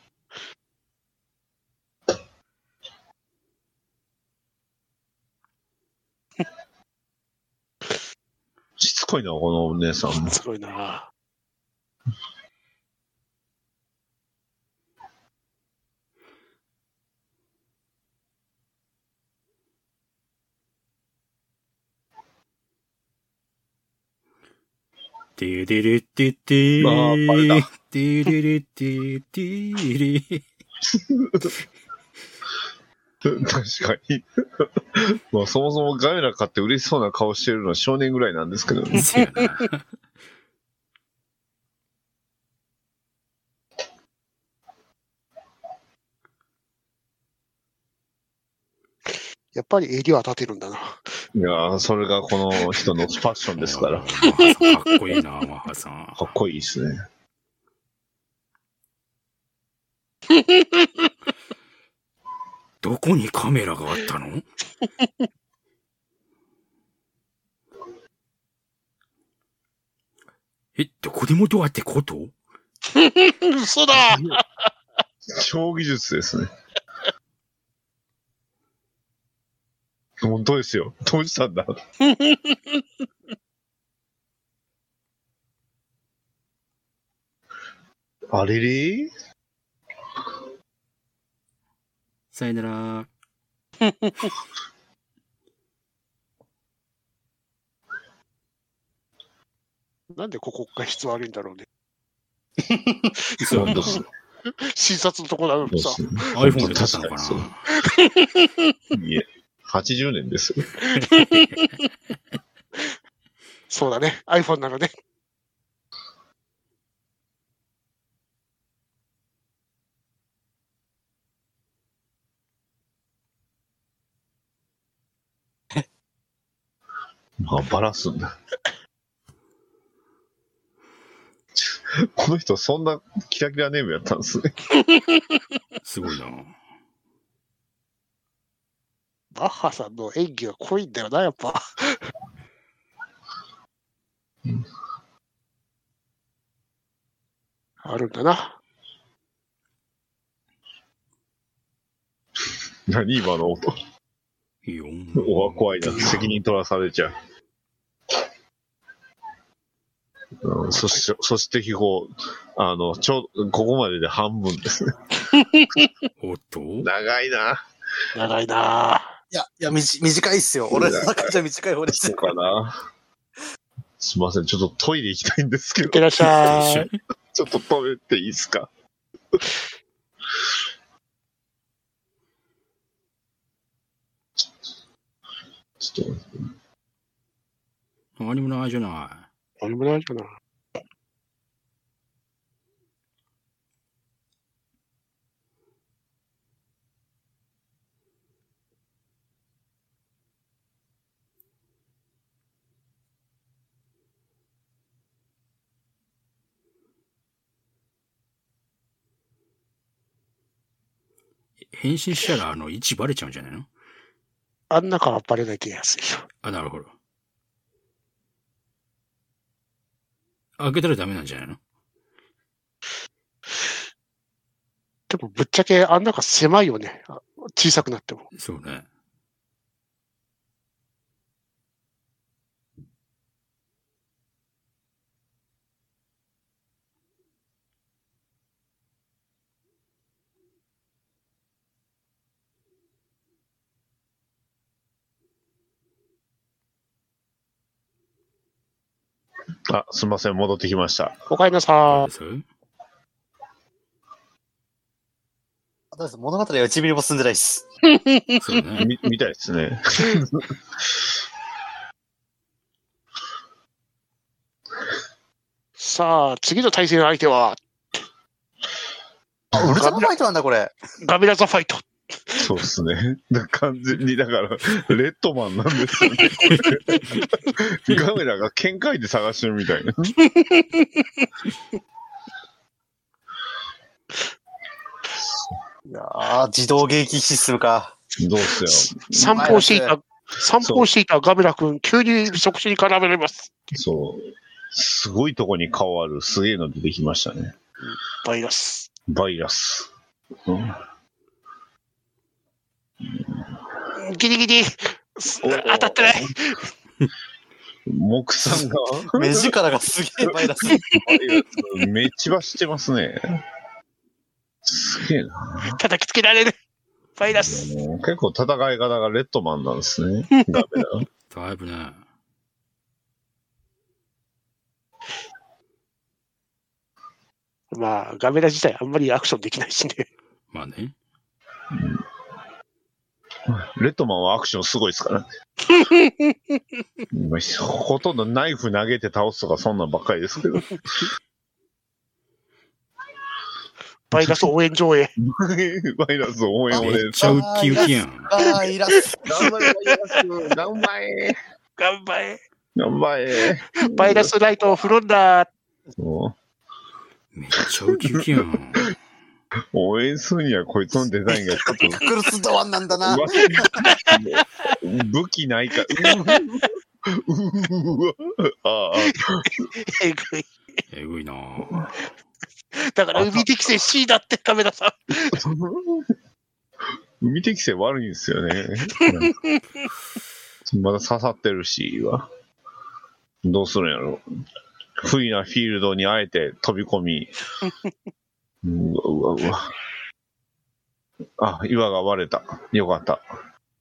Speaker 3: しつこいな、このお姉さんも。
Speaker 2: しつこいな。
Speaker 1: てれれってってー。てれれってってれ。
Speaker 3: 確かに。まあそもそもガメラ買って嬉しそうな顔してるのは少年ぐらいなんですけどね。
Speaker 2: やっぱり襟は立てるんだな。
Speaker 3: いやー、それがこの人のファッションですから。か
Speaker 1: っこいいな、マッハさん。
Speaker 3: かっこいいですね。
Speaker 1: どこにカメラがあったの？どこでもドアってこと？
Speaker 2: 嘘だ
Speaker 3: 超技術ですね。本当ですよ。どうしたんだあれれ
Speaker 1: さよなら。
Speaker 2: なんでここが質悪いんだろうね。
Speaker 3: そうです。
Speaker 2: 診察のとこなのにさ。
Speaker 1: iPhone で撮ったのかな。
Speaker 3: いえ、80年ですよ。
Speaker 2: そうだね。iPhone なのね。
Speaker 3: まあ、バラすんだ。この人、そんなキラキラネームやったんですね。
Speaker 1: すごいな。
Speaker 2: バッハさんの演技が濃いんだよな、やっぱ。あるんだな。
Speaker 3: 何今の音。
Speaker 1: いいよ。
Speaker 3: 怖いな。責任取らされちゃう。そして秘宝、ここまでで半分ですね。
Speaker 1: おっと
Speaker 3: 長いな。
Speaker 2: 長いな。
Speaker 6: いや、短いっすよ。俺の中じゃ短い方ですよ。
Speaker 3: そうかな。すいません、ちょっとトイレ行きたいんですけど。
Speaker 2: いってらっしゃい。
Speaker 3: ちょっと止めていいですか。ちょっと。
Speaker 1: 何もないじゃない。
Speaker 2: 何もないじゃない。
Speaker 1: 変身したら位置バレちゃうんじゃないの？
Speaker 2: あん中はバレない気がするよ。
Speaker 1: あ、なるほど。開けたらダメなんじゃないの？
Speaker 2: でもぶっちゃけあん中狭いよね。小さくなっても。
Speaker 1: そうね。
Speaker 3: あ、すみません、戻ってきました。
Speaker 2: おかえりなさい。
Speaker 6: 物語は1ミリも進んでないっす。
Speaker 1: そうね。
Speaker 3: みたいですね。
Speaker 2: さあ、次の対戦相手は、
Speaker 6: ウルトラファイトなんだ、これ。
Speaker 2: ガメラザファイト。
Speaker 3: そうですね。完全に、だから、レッドマンなんですよね。ガメラが見解で探してるみたいな。
Speaker 6: いやー、自動迎撃システムか。
Speaker 3: どうせよ。
Speaker 2: 散歩していたガメラ君、急に触手に絡められます。
Speaker 3: そう。すごいとこに顔ある、すげえの出てきましたね。
Speaker 2: バイラス。
Speaker 3: うん、
Speaker 2: ギリギリ当たってない。
Speaker 3: 木さんが
Speaker 6: 目力がすげえバイラス。
Speaker 3: めっちゃしてますね。すげえな。
Speaker 2: 叩きつけられる。バイラス。
Speaker 3: 結構戦い方がレッドマンなんですね。ガメラ。
Speaker 1: だいぶね。
Speaker 2: まあ、ガメラ自体あんまりアクションできないしね。
Speaker 1: まあね。
Speaker 3: レッドマンはアクションすごいですからね。ほとんどナイフ投げて倒すとかそんなんばっかりですけど。
Speaker 2: バイラス応援上映。
Speaker 3: バイラス応援
Speaker 1: めっちゃウキウキやん。
Speaker 6: バイラス。
Speaker 3: 頑張れ、バイラス。頑張れ。
Speaker 2: 頑張れ。
Speaker 3: 頑張れ。
Speaker 2: バイラスライトを振るんだ。
Speaker 1: めっちゃウキウキやん。
Speaker 3: 応援するにはこいつのデザインがちょっと。
Speaker 6: クルスドアンなんだな。
Speaker 3: 武器ないか。ああ。
Speaker 2: えぐい。
Speaker 1: えぐいな。
Speaker 2: だから海適性 C だってカメラさん。
Speaker 3: 海適性悪いんですよね。まだ刺さってるしは。どうするんやろ。不利なフィールドにあえて飛び込み。うわ。あ、岩が割れた。よかった。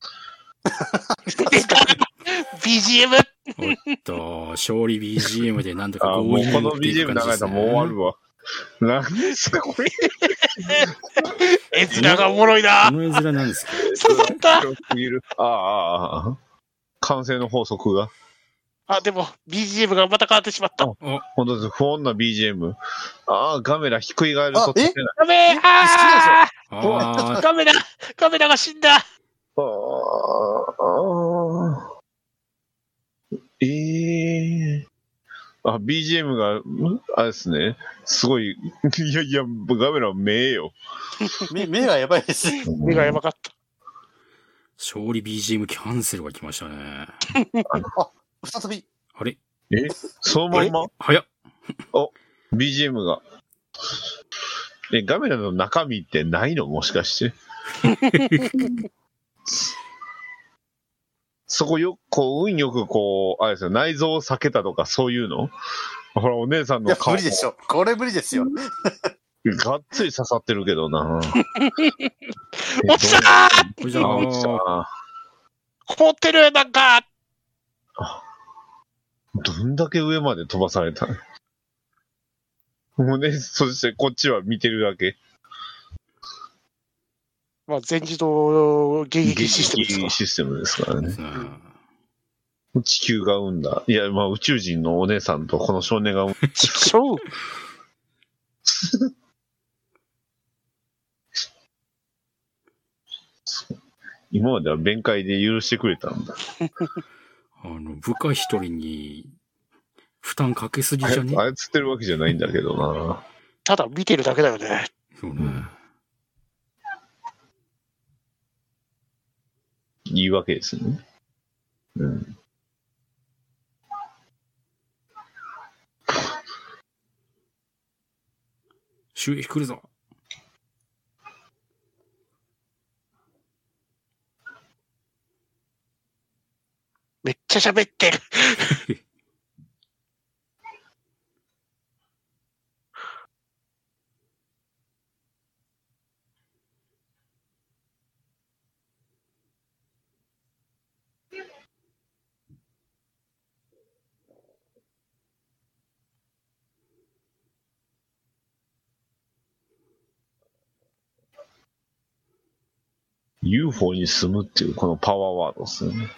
Speaker 2: BGM!
Speaker 1: おっと、勝利 BGM でなんとか
Speaker 3: もう
Speaker 1: 強引に
Speaker 3: この
Speaker 1: 持っていく
Speaker 3: BGM
Speaker 1: 感じですね。
Speaker 3: 流れたらもう終わるわ。なんですか、これ。
Speaker 2: 絵面がおもろいな。
Speaker 1: この絵面なんですか？
Speaker 2: 刺さった。
Speaker 3: 完成の法則が。
Speaker 2: でも、BGM がまた変わってしまった。
Speaker 3: 本当です。不穏な BGM。ガメラひっくり返ると
Speaker 6: 立
Speaker 2: てない。ガメラが死んだ。
Speaker 3: BGM が、あれですね。すごい、いや、ガメラ目よ。
Speaker 6: 目がやばいです。
Speaker 2: 目がやばかった。
Speaker 1: 勝利 BGM キャンセルが来ましたね。
Speaker 6: 再び。
Speaker 1: あれ
Speaker 3: そのまんま
Speaker 1: 早っ。
Speaker 3: BGM が。ガメラの中身ってないのもしかして。そこ運よくあれですよ、内臓を避けたとかそういうの？ほら、お姉さんの
Speaker 6: 顔。いや、無理でしょ。これ無理ですよ。
Speaker 3: がっつり刺さってるけどな。
Speaker 2: 落ちたー！凍ってる、なんか。
Speaker 3: どんだけ上まで飛ばされたもうね、そしてこっちは見てるだけ。
Speaker 2: 全自動迎撃シ
Speaker 3: ステムですからね。地球が生んだ。いや、宇宙人のお姉さんとこの少年が生んだ。今までは弁解で許してくれたんだ。
Speaker 1: 部下一人に負担かけすぎじゃね？
Speaker 3: 操ってるわけじゃないんだけどな。
Speaker 2: ただ見てるだけだよね。
Speaker 1: そうね。
Speaker 3: いいわけですね。
Speaker 1: 収益来るぞ。
Speaker 2: めっちゃ喋ってる。
Speaker 3: UFO に住むっていうこのパワーワードですね。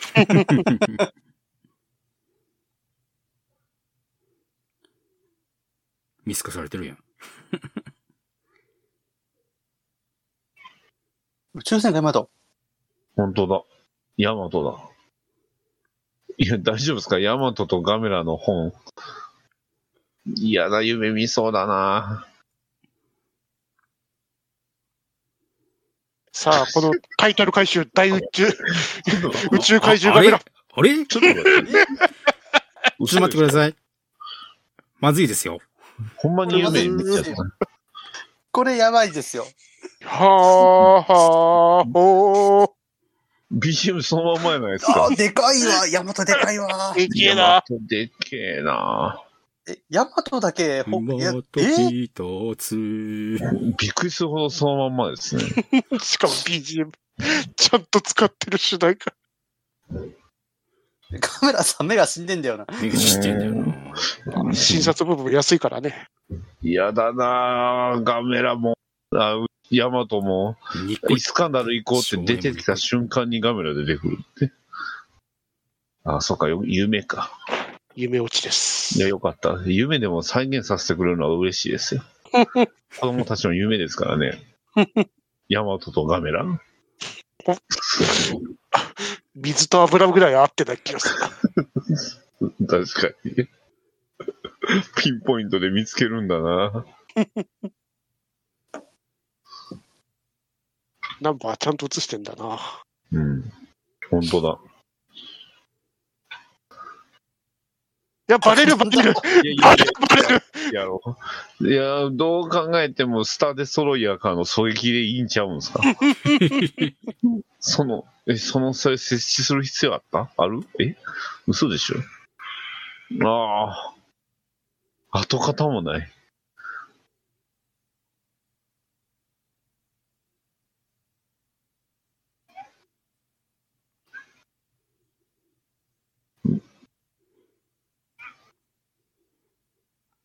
Speaker 1: 見透かされてるやん。
Speaker 6: 宇宙船がヤマト。
Speaker 3: 本当だ。ヤマトだ。いや、大丈夫ですか？ヤマトとガメラの本。嫌な夢見そうだな。
Speaker 2: さあ、このタイトル回収大宇宙怪獣ガメラ。
Speaker 1: あれちょっと待って。ちょっと待ってください。まずいですよ。
Speaker 3: ほんまに夢見ちゃった。
Speaker 6: これやばいですよ。
Speaker 2: はぁはぁほー。
Speaker 3: BGM そのまんまやないですか。
Speaker 6: でかいわ。ヤマトでかいわ。
Speaker 2: でけえな。
Speaker 3: でけえな。
Speaker 6: ヤマトだけ、
Speaker 1: ヤマト一つ。
Speaker 3: びっくりするほどそのまんまですね。
Speaker 2: しかも BGM ちゃんと使ってる主題歌。
Speaker 6: カメラさん目が死んでんだよな。
Speaker 1: 目が死んでんだよな。
Speaker 2: 診察部分安いからね。
Speaker 3: 嫌だなガメラも、ヤマトも、イスカンダル行こうって出てきた瞬間にガメラ出てくるって。そっか、夢か。
Speaker 2: 夢落ちです。
Speaker 3: いや、よかった。夢でも再現させてくれるのは嬉しいですよ。子供たちの夢ですからね。ヤマトとガメラ。
Speaker 2: 水と油ぐらい合ってた気がす
Speaker 3: る。確かに。ピンポイントで見つけるんだな。
Speaker 2: ナンバーちゃんと映してんだな。
Speaker 3: うん。本当だ。
Speaker 2: いや、バレる。バレる。
Speaker 3: やろう。いや、どう考えてもスターデストロイヤーからの狙撃でいいんちゃうんすか？それ設置する必要ある？嘘でしょ？跡形もない。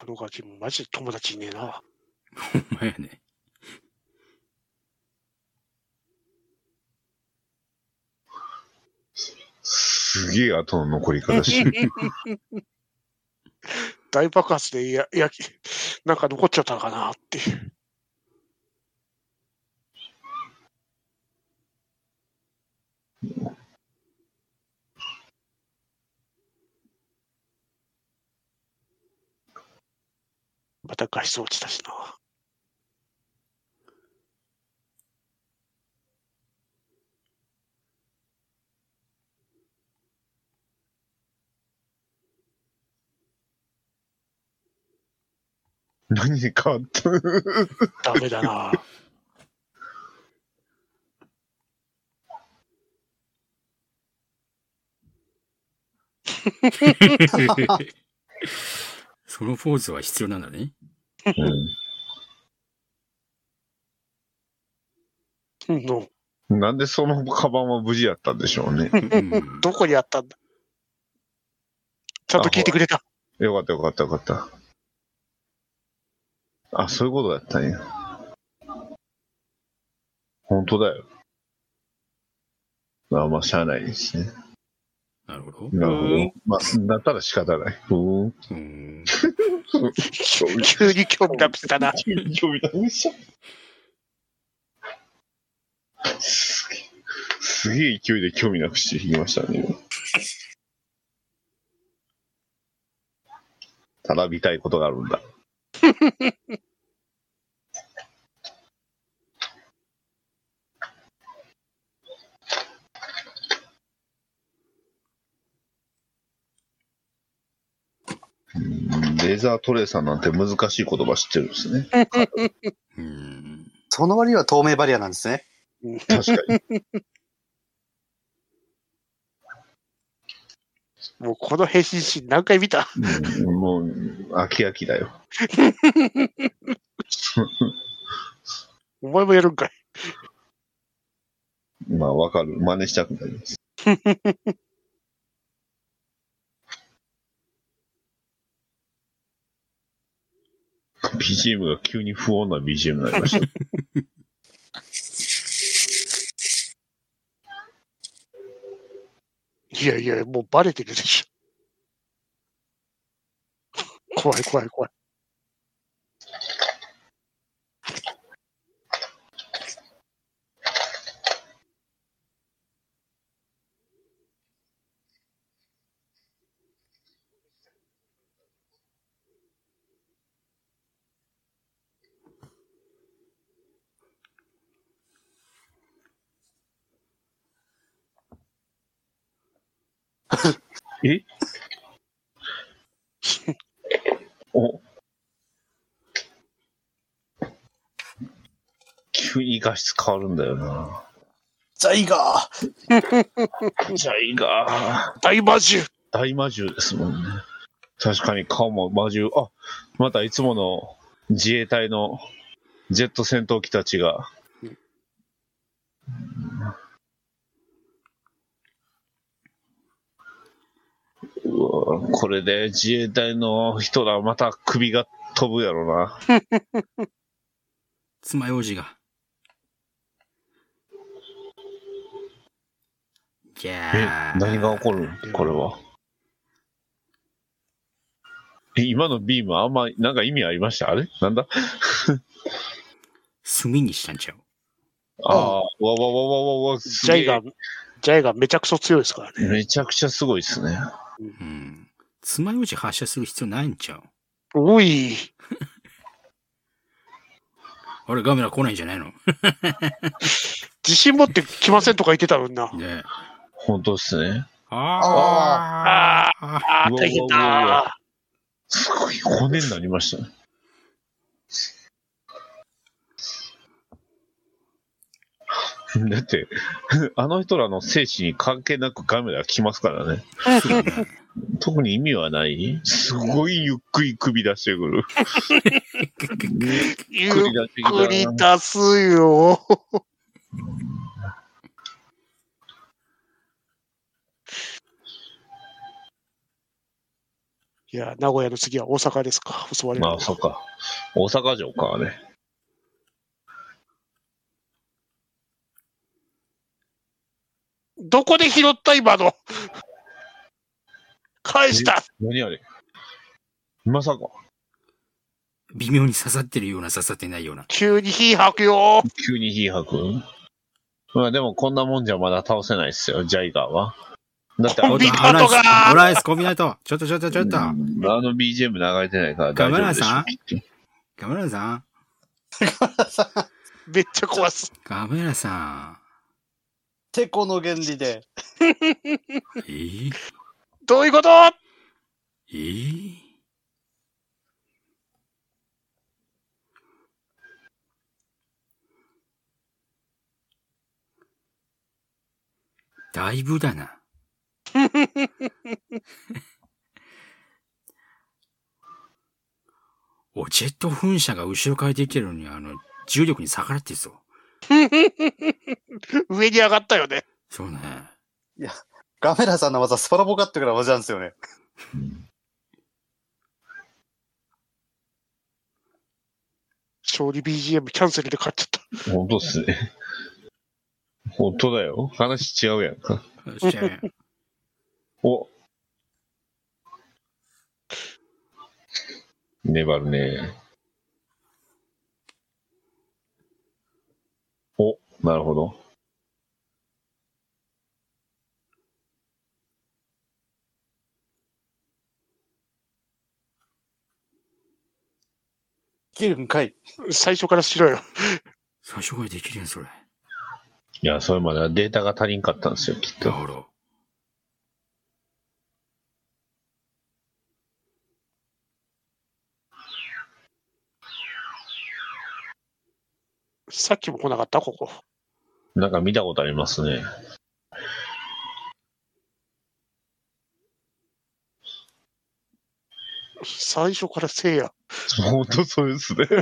Speaker 2: このガキもマジで友達いねえな。
Speaker 1: ほんまやね。
Speaker 3: すげえ後の残り方してる。
Speaker 2: 大爆発でなんか残っちゃったのかなっていう。また画質落ちたしな。
Speaker 3: 何で変わった
Speaker 2: ダメだな。
Speaker 1: そのポーズは必要なんだね。
Speaker 3: なんでそのカバンは無事やったんでしょうね。
Speaker 2: どこにあったんだ。ちゃんと聞いてくれた。
Speaker 3: よかったよかったよかった。あ、そういうことだったんや。本当だよ。まあ、しゃあないですね。
Speaker 1: なるほど。
Speaker 3: なるほど。まあ、だったら仕方ない。
Speaker 2: 急に興味なくしたな。
Speaker 3: 急に興味なくした。すげえ勢いで興味なくしていきましたね。ただ見たいことがあるんだ。レーザートレーサーなんて難しい言葉知ってるんですね。
Speaker 6: その割には透明バリアなんですね。
Speaker 3: 確かに。
Speaker 2: もうこの変身シーン何回見た？
Speaker 3: もう、飽き飽きだよ。
Speaker 2: お前もやるんかい。
Speaker 3: まあ、わかる。真似したくなります。BGM が急に不穏な BGM になりました。
Speaker 2: いやいや、もうバレてるでしょ。怖い怖い怖い。
Speaker 3: えお急に画質変わるんだよな。
Speaker 6: ジャイガ
Speaker 3: ージャイガー
Speaker 2: 大魔獣
Speaker 3: 大魔獣ですもんね。確かに顔も魔獣。あ、またいつもの自衛隊のジェット戦闘機たちが。これで自衛隊の人らまた首が飛ぶやろな。
Speaker 1: 爪楊枝が。いや
Speaker 3: ー。何が起こるこれは。今のビームあんま、なんか意味ありましたあれなんだ
Speaker 1: 炭にしたんちゃう。
Speaker 3: ああ、わ。
Speaker 2: ジャイがめちゃくちゃ強いですからね。
Speaker 3: めちゃくちゃすごいですね。
Speaker 1: 爪楊枝発射する必要ないんちゃう。
Speaker 2: おい。
Speaker 1: あれ、ガメラ来ないんじゃないの
Speaker 2: 自信持って来ませんとか言ってたもんな。
Speaker 1: ね、
Speaker 3: 本当ですね。
Speaker 2: 大変だ。
Speaker 3: すごい骨になりましたね。だって、あの人らの生死に関係なくガメラ来ますからね。特に意味はない。すごいゆっくり首出してくる。
Speaker 2: ゆっくり出すよ。 いや、名古屋の次は大阪ですか、襲われる。
Speaker 3: まあ、そっか。大阪城か、ね。
Speaker 2: どこで拾った今の返した。
Speaker 3: 何あれまさか。
Speaker 1: 微妙に刺さってるような刺さってないような。
Speaker 2: 急に火吐くよ。
Speaker 3: 急に火吐く。まあでもこんなもんじゃまだ倒せないっすよ、ジャイガーは。だって
Speaker 2: コンビナートが
Speaker 1: オライス、コンビナート。ちょっと。
Speaker 3: BGM 流れてないから大丈夫でしょ。
Speaker 1: カメラさん
Speaker 2: めっちゃ壊す。
Speaker 1: カメラさん。
Speaker 6: てこの原理で。
Speaker 2: どういうこと？
Speaker 1: だいぶだな。ジェット噴射が後ろから出てるのに、重力に逆らってそう。
Speaker 2: 上に上がったよね。
Speaker 1: そうね。
Speaker 6: いや、ガメラさんの技、スパラボカットから技なんですよね。
Speaker 2: 勝利 BGM キャンセルで買っちゃった。
Speaker 3: 本当っすね。本当だよ。話違うやんか。お。粘るね。お、なるほど。
Speaker 6: できるんかい。
Speaker 2: 最初からしろよ。
Speaker 1: 最初からできるやん、それ。
Speaker 3: いや、それまではデータが足りんかったんですよ、きっと。
Speaker 1: なるほど。
Speaker 2: さっきも来なかったここ。
Speaker 3: なんか見たことありますね。
Speaker 2: 最初からせいや。
Speaker 3: 本当そうですね。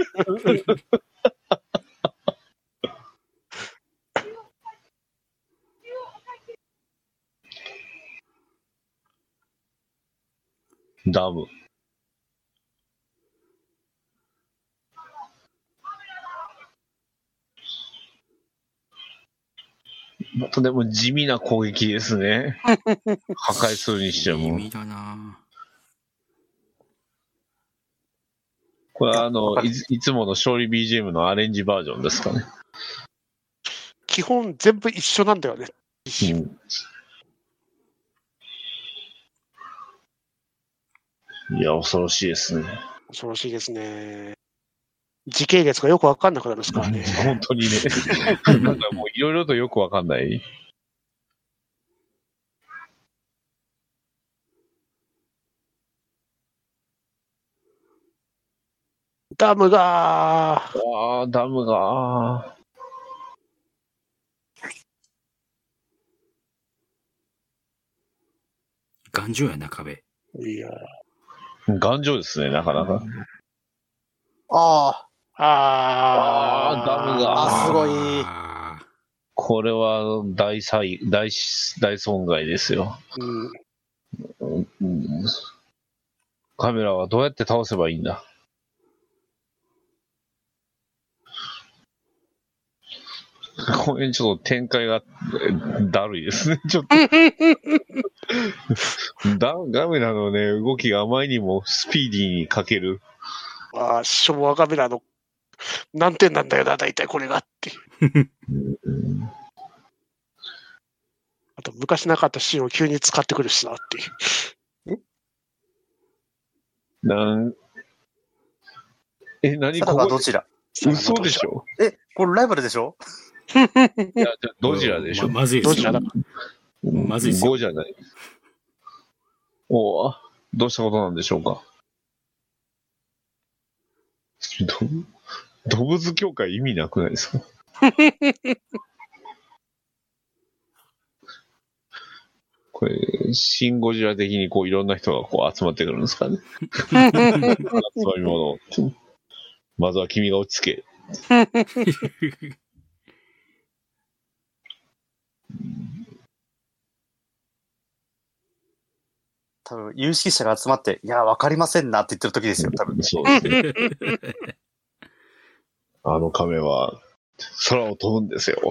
Speaker 3: ダム。またでも地味な攻撃ですね。破壊するにしても。
Speaker 1: 地味だな。
Speaker 3: これはいつもの勝利 BGM のアレンジバージョンですかね。
Speaker 2: 基本全部一緒なんだよね。
Speaker 3: いや、恐ろしいですね。
Speaker 2: 恐ろしいですね。時系列がよくわかんなくなるんですからね。
Speaker 3: 本当にね。なんかもういろいろとよくわかんない。
Speaker 2: ダムが
Speaker 3: ー。ダムが
Speaker 1: 頑丈やな、壁。
Speaker 2: いや。
Speaker 3: 頑丈ですね、なかなか。ダムが。
Speaker 6: すごい。
Speaker 3: これは大損害ですよ。カメラはどうやって倒せばいいんだ。これちょっと展開がだるいですね。ちょっとガメラのね、動きがあまりにもスピーディーにかける。
Speaker 2: 昭和カメラの何点なんだよな、大体これがって。あと、昔なかったシーンを急に使ってくるしなっていう。
Speaker 3: 何
Speaker 6: ここどちら？
Speaker 3: 嘘でしょ？
Speaker 6: これライバルでしょ？
Speaker 3: いや、ドジラでしょ。
Speaker 1: まずいです。
Speaker 2: ドジラだ。
Speaker 1: まずいです。
Speaker 3: 5じゃない。どうしたことなんでしょうか。動物協会意味なくないですか？これ、シン・ゴジラ的にいろんな人が集まってくるんですかね。集まり物。まずは君が落ち着け。
Speaker 6: 多分、有識者が集まって、いや、わかりませんなって言ってる時ですよ、多分。
Speaker 3: そうですね。あの亀は、空を飛ぶんですよ。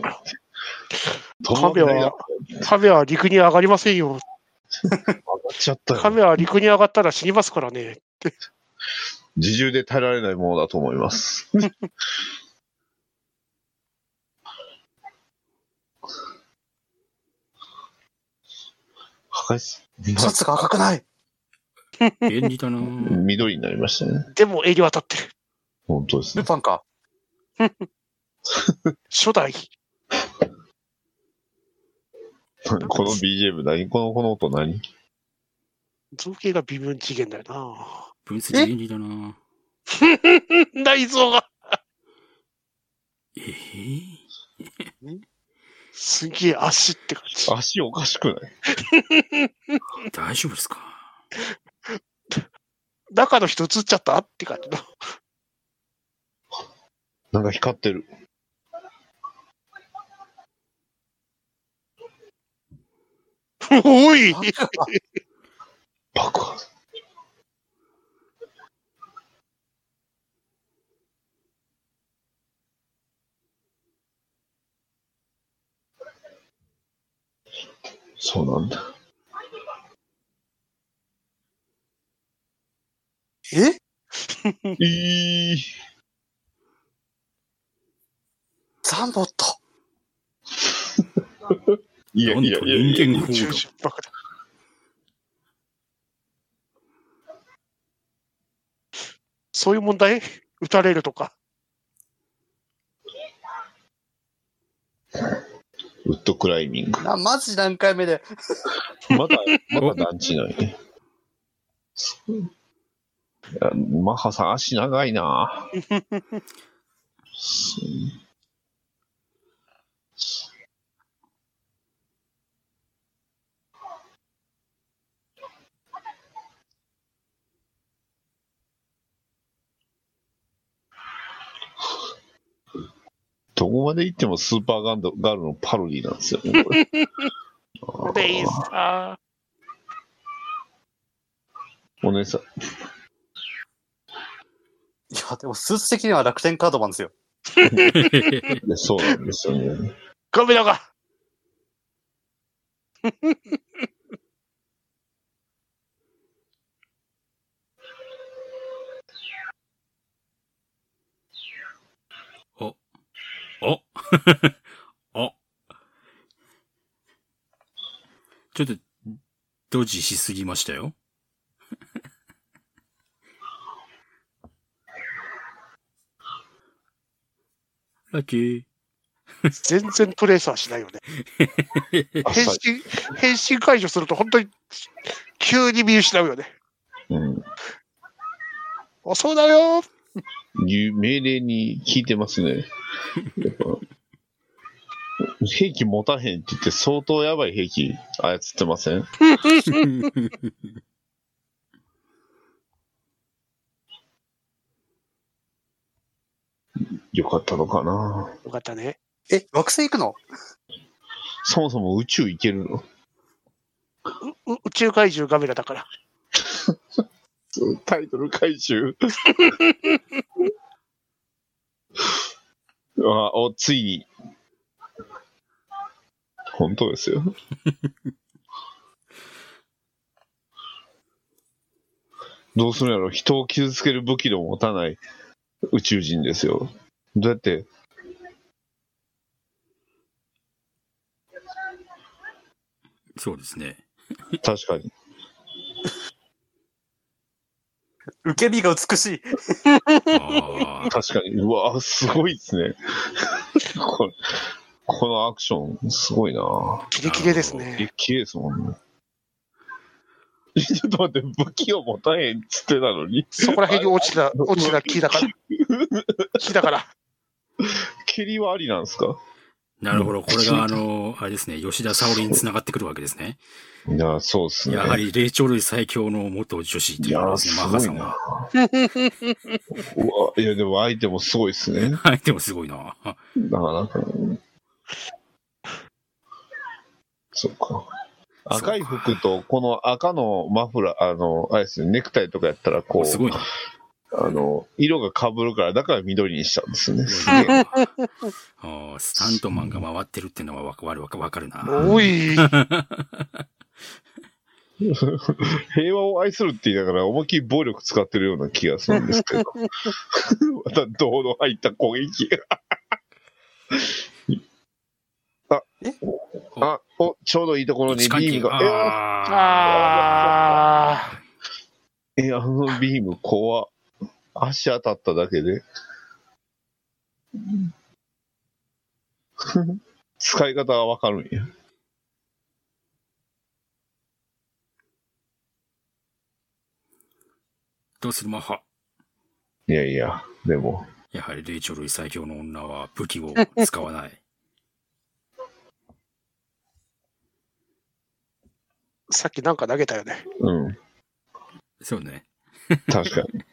Speaker 2: 亀は陸に上がりませんよ。
Speaker 3: 上がっちゃったよ。
Speaker 2: 亀は陸に上がったら死にますからね。
Speaker 3: 自重で耐えられないものだと思います。
Speaker 6: シャツが赤くない。
Speaker 1: 便利だな。
Speaker 3: 緑になりましたね。
Speaker 2: でも襟渡ってる。
Speaker 3: 本当ですね。
Speaker 6: ルパンか。
Speaker 2: 初代。
Speaker 3: この BGM 何？この音何？
Speaker 2: 造形が微分次元だよな。
Speaker 1: 分析便利だな。
Speaker 2: 内臓が。すげえ足って感じ。
Speaker 3: 足おかしくない？
Speaker 1: 大丈夫ですか？
Speaker 2: 中の人映っちゃったって感じの。
Speaker 3: なんか光ってる。
Speaker 2: おい
Speaker 3: 爆発。そうなんだ。
Speaker 6: ザンボット。
Speaker 3: いや、
Speaker 1: 人間コード。
Speaker 2: そういう問題？撃たれるとか。
Speaker 3: ウッドクライミング。
Speaker 6: マジ何回目で。
Speaker 3: まだ団地ないね。マッハさん足長いな。どこまで行ってもスーパーガールのパロディなんですよね、これ。
Speaker 2: レイサ
Speaker 3: ー。お姉さん。
Speaker 6: いや、でもスーツ的には楽天カードマンですよ。
Speaker 3: そうなんですよね。
Speaker 2: カメラが
Speaker 1: おちょっと、ドジしすぎましたよ。ラッキー。
Speaker 2: 全然トレーサーしないよね。変身解除すると本当に急に見失うよね。
Speaker 3: うん。
Speaker 2: そうだよ
Speaker 3: 命令に聞いてますね。やっぱ兵器持たへんって言って相当やばい兵器操ってません？よかったのかな。
Speaker 2: よかったね。
Speaker 6: 惑星行くの？
Speaker 3: そもそも宇宙行けるの？
Speaker 2: 宇宙怪獣ガメラだから。
Speaker 3: タイトル怪獣ついに。本当ですよ。どうするんやろ？人を傷つける武器でも持たない宇宙人ですよ。どうやって？
Speaker 1: そうですね。
Speaker 3: 確かに。
Speaker 6: 受け身が美しい。
Speaker 3: 確かに。うわ、すごいですね。このアクション、すごいな。
Speaker 2: キレキレですね。
Speaker 3: キレですもんね。ちょっと待って、武器を持たへんっつってたのに。
Speaker 2: そこら辺に落ちた木だから。木だから。
Speaker 3: 蹴りはありなんですか？
Speaker 1: なるほど。これがあれですね、吉田沙保里に繋がってくるわけですね。
Speaker 3: いや、そうですね。
Speaker 1: やはり霊長類最強の元女子っていうことですね、マハさんは。
Speaker 3: いや、でも相手もすごいですね。
Speaker 1: 相手もすごいな。
Speaker 3: なかなか。そっか。 赤い服と、この赤のマフラー、あれですね、ネクタイとかやったら、こう、
Speaker 1: すごいな。
Speaker 3: 色が被るから、だから緑にしたんですね。
Speaker 1: スタントマンが回ってるっていうのはわかるな。
Speaker 2: おい
Speaker 3: 平和を愛するって言いながら思いっきり暴力使ってるような気がするんですけど。また銅の入った攻撃が。ちょうどいいところにビームが。あのビーム怖っ。足当たっただけで。使い方はわかるんや。
Speaker 1: どうするマッハ。
Speaker 3: いやいや、でも。
Speaker 1: やはり霊長類最強の女は武器を使わない。
Speaker 2: さっきなんか投げたよね。
Speaker 3: うん。
Speaker 1: そうね。
Speaker 3: 確かに。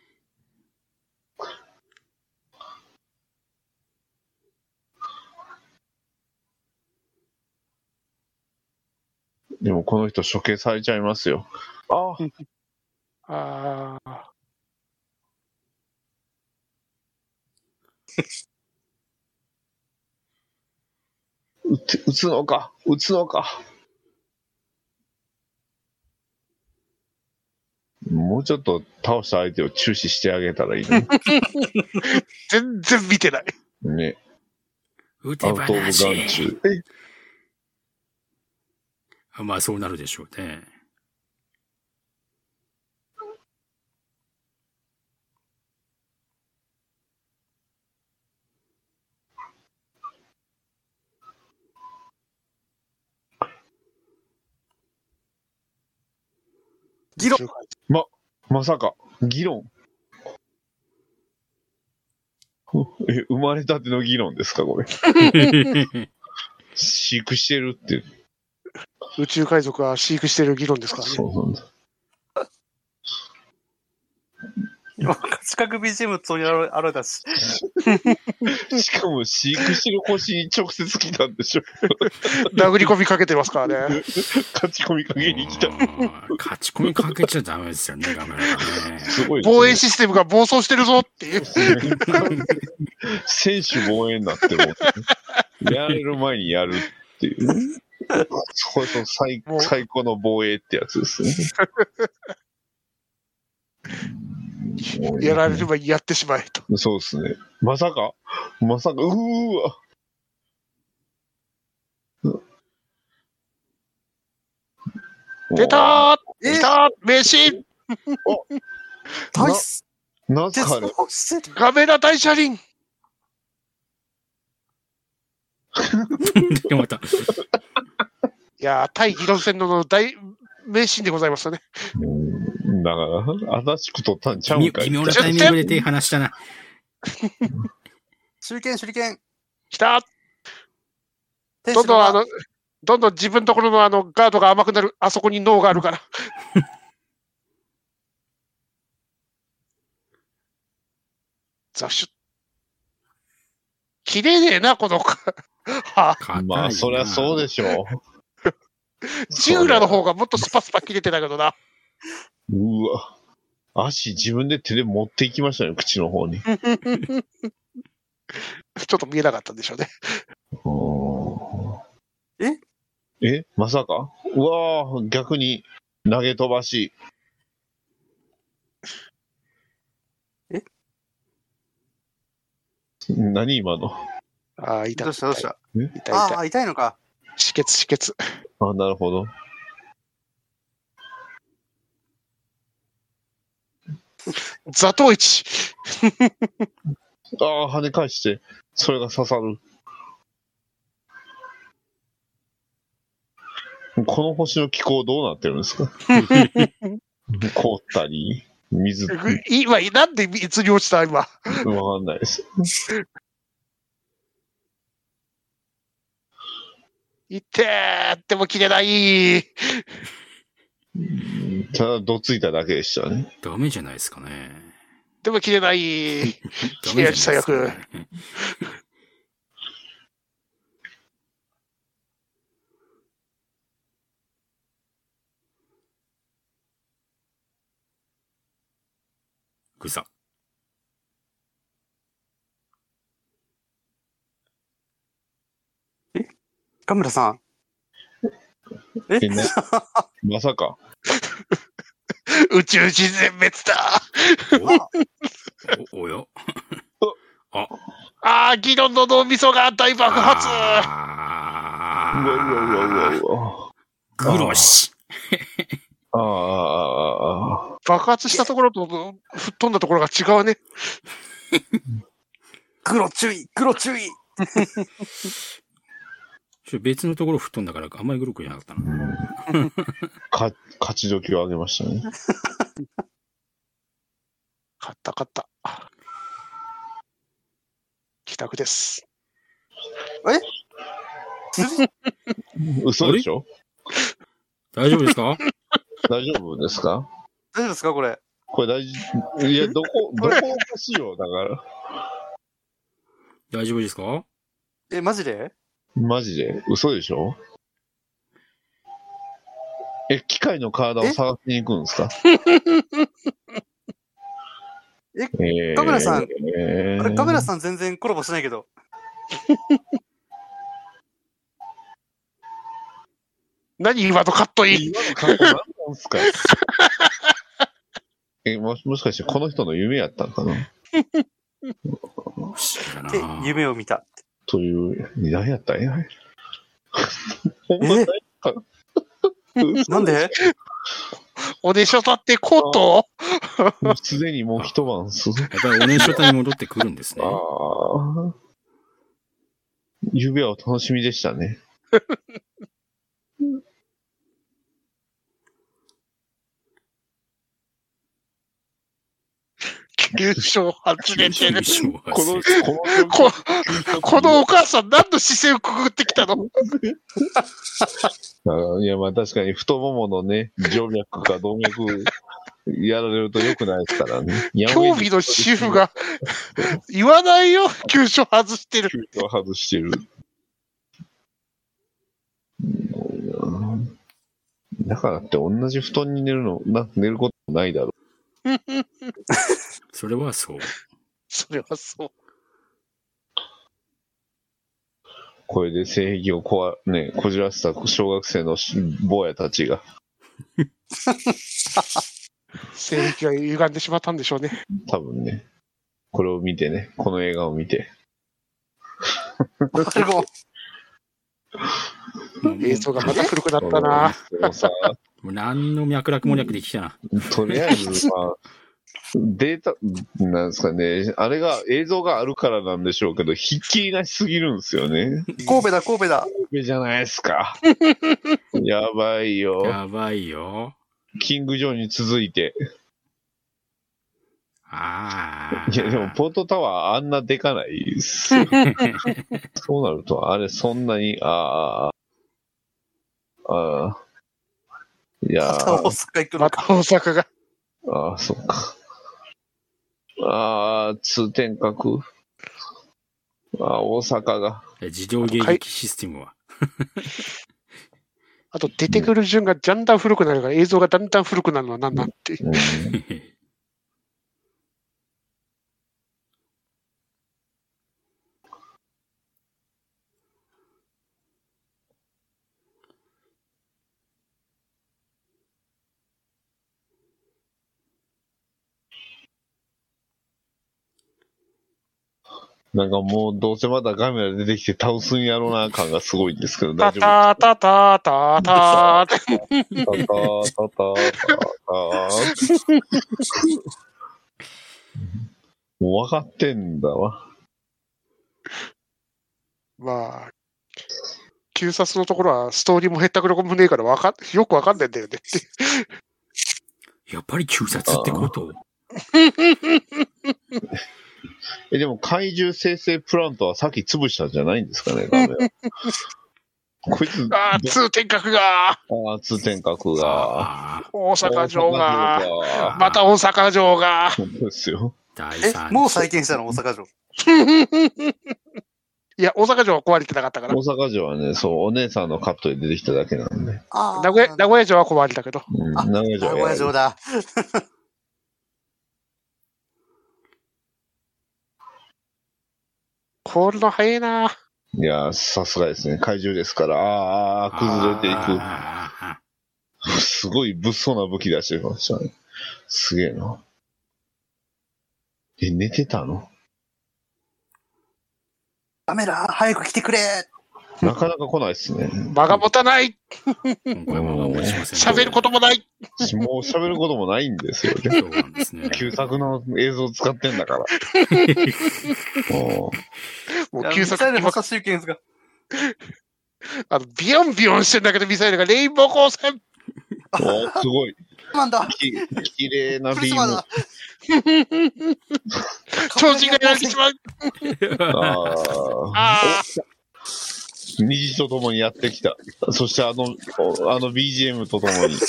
Speaker 3: でもこの人処刑されちゃいますよ。撃つのか。もうちょっと倒した相手を注視してあげたらいいのに。
Speaker 2: 全然見てない。
Speaker 3: ね。
Speaker 1: 撃てばなし。まあそうなるでしょうね。
Speaker 6: 議論。
Speaker 3: まさか議論。生まれたての議論ですかこれ。飼育してるって。
Speaker 2: 宇宙海賊は飼育してる議論ですからね。
Speaker 3: そうなんだ。
Speaker 6: 今、四角 BGM つもりあるだし。
Speaker 3: しかも飼育してる星に直接来たんでしょ。
Speaker 2: 殴り込みかけてますからね。
Speaker 3: 勝ち込みかけに来た。
Speaker 1: 勝ち込みかけちゃダメですよね、画面がね。
Speaker 3: すごい、
Speaker 2: 防衛システムが暴走してるぞっていう。
Speaker 3: 選手防衛になっても、やれる前にやるっていう。それと最高の防衛ってやつですね。
Speaker 2: やられればやってしまえと。
Speaker 3: そうですね。まさか、うーわ。
Speaker 2: 出たー来たー名シーン
Speaker 6: 大ス
Speaker 3: なんすかね
Speaker 2: ガメラ大車輪
Speaker 1: でまた。い
Speaker 2: やー、対議論戦の大名シーンでございますよね。
Speaker 3: だから、足立区とったんちゃうんかい。
Speaker 1: 微妙なタイミングで手離したな。
Speaker 6: 手裏剣。
Speaker 2: 来たどんどん自分のところのガードが甘くなる。あそこに脳があるから。ザシュッ。切れねえな、このは
Speaker 3: まあ、そりゃそうでしょう。
Speaker 2: ジューラの方がもっとスパスパ切れてたけどな。
Speaker 3: うわ。足自分で手で持っていきましたね、口の方に。
Speaker 2: ちょっと見えなかったんでしょ
Speaker 3: うね。まさかうわぁ、逆に投げ飛ばし。何今の。
Speaker 2: ああ、痛い。
Speaker 6: どうした
Speaker 2: 痛い。
Speaker 6: 痛いのか。
Speaker 2: 止血。
Speaker 3: あ、なるほど。
Speaker 2: 座頭市。
Speaker 3: ああ、跳ね返して、それが刺さる。この星の気候どうなってるんですか凍ったり、水。
Speaker 2: 今、なんで水に落ちた今。
Speaker 3: わかんないです。
Speaker 2: いってーっても切れない。
Speaker 3: ただ、どついただけでしたね。
Speaker 1: ダメじゃないですかね。
Speaker 2: でも切れない。切れ味最悪。
Speaker 1: グサ。
Speaker 6: カムラさん。
Speaker 3: まさか。
Speaker 2: 宇宙人全滅だ。
Speaker 1: おや
Speaker 2: 議論の脳みそが大爆発。
Speaker 1: グロシ。
Speaker 2: 爆発したところと吹っ飛んだところが違うね。
Speaker 6: 黒注意。
Speaker 1: 別のところ吹っ飛んだからあんまりグロくじゃなかったな。
Speaker 3: 勝ち時を上げましたね。
Speaker 2: 勝った。帰宅です。
Speaker 3: 嘘でしょ？
Speaker 1: 大丈夫ですか？
Speaker 3: 大丈夫ですか？
Speaker 6: 大丈夫ですかこれ。
Speaker 3: これ大丈夫。いや、どこおかしいよ、だから。
Speaker 1: 大丈夫ですか？
Speaker 6: マジで？
Speaker 3: マジで嘘でしょ？機械の体を探しに行くんですか？
Speaker 6: カメラさん、カメラさん全然コラボしないけど。
Speaker 2: 何今のカットイン。
Speaker 3: 今のカット何なんすか？もしかしてこの人の夢やったんかな？
Speaker 6: 夢を見た。
Speaker 3: という、何やったんや。ほんまないか。
Speaker 6: なんで？
Speaker 2: おねしょたってコート？
Speaker 3: もうすでにもう一晩する。
Speaker 1: やっぱりおねしょたに戻ってくるんですね。
Speaker 3: 夢は楽しみでしたね。
Speaker 2: 急所外れてる。
Speaker 3: こ
Speaker 2: のお母さん何の視線をくぐってきたの？
Speaker 3: いや、まあ確かに太もものね、静脈か動脈やられると良くないですからね。
Speaker 2: 興味の主婦が言わないよ。急所外してる。
Speaker 3: 急所外してる。だからって同じ布団に寝ることないだろう。
Speaker 1: それはそう。
Speaker 3: これで性癖をこじらせた小学生の坊やたちが。
Speaker 2: 性癖が歪んでしまったんでしょうね。
Speaker 3: 多分ね。これを見てね、この映画を見て。
Speaker 2: 映像がまた古くなったな。
Speaker 1: もう何の脈絡も略できたな。
Speaker 3: とりあえず、まあ、データ、なんですかね、あれが、映像があるからなんでしょうけど、ひっきりなしすぎるんですよね。
Speaker 6: 神戸だ。
Speaker 3: 神戸じゃないですか。やばいよ。キングジョーに続いて。いや、でも、ポートタワーあんなでかないです。そうなると、あれ、そんなに、いや
Speaker 6: また大阪行くのか。
Speaker 2: 大阪が。
Speaker 3: そうか。通天閣。大阪が。
Speaker 1: 自動迎撃システムは。
Speaker 2: あと、出てくる順がだんだん古くなるから、映像がだんだん古くなるのは何なんて。
Speaker 3: なんかもうどうせまたカメラ出てきて倒すんやろうな感がすごいんですけど、大丈夫です
Speaker 2: か？タタタタタ
Speaker 3: もう分かってんだわ。
Speaker 2: まあ、旧殺のところはストーリーもへったくれもねえからよく分かんないんだよねって。
Speaker 1: やっぱり旧殺ってこと？
Speaker 3: でも怪獣生成プラントはさっき潰したんじゃないんですかね、画面。こいつ。
Speaker 2: 通天閣が。
Speaker 3: 通天閣が。
Speaker 2: 大阪城が。また大阪城が。
Speaker 3: そうですよ。
Speaker 6: もう再建したの、大阪城。
Speaker 2: いや、大阪城は壊れてなかったから。
Speaker 3: 大阪城はね、そう、お姉さんのカットで出てきただけなんで。
Speaker 2: 名古屋城は壊れたけど。
Speaker 3: 名古屋城
Speaker 6: だ。
Speaker 2: 凍るの早いな。
Speaker 3: いや、さすがですね。怪獣ですから、崩れていく。すごい物騒な武器出してましたね。すげえな。寝てたの？
Speaker 6: カメラ、早く来てくれ。
Speaker 3: なかなか来ないっすね。
Speaker 2: 間が持たない。
Speaker 1: 喋
Speaker 2: ることもない。
Speaker 3: もう喋ることもないんですよね。
Speaker 1: そうなんですね。
Speaker 3: 旧作の映像を使ってんだから。
Speaker 2: もう旧作
Speaker 6: で発射シーケンスが。
Speaker 2: ビヨンビヨンしてんだけど、ミサイルがレインボー光線。
Speaker 3: すごい。
Speaker 6: なんだ。
Speaker 3: 綺麗なビーム。
Speaker 2: 超人がやられてしまう。
Speaker 3: 虹とともにやってきた。そしてあの BGM とともに。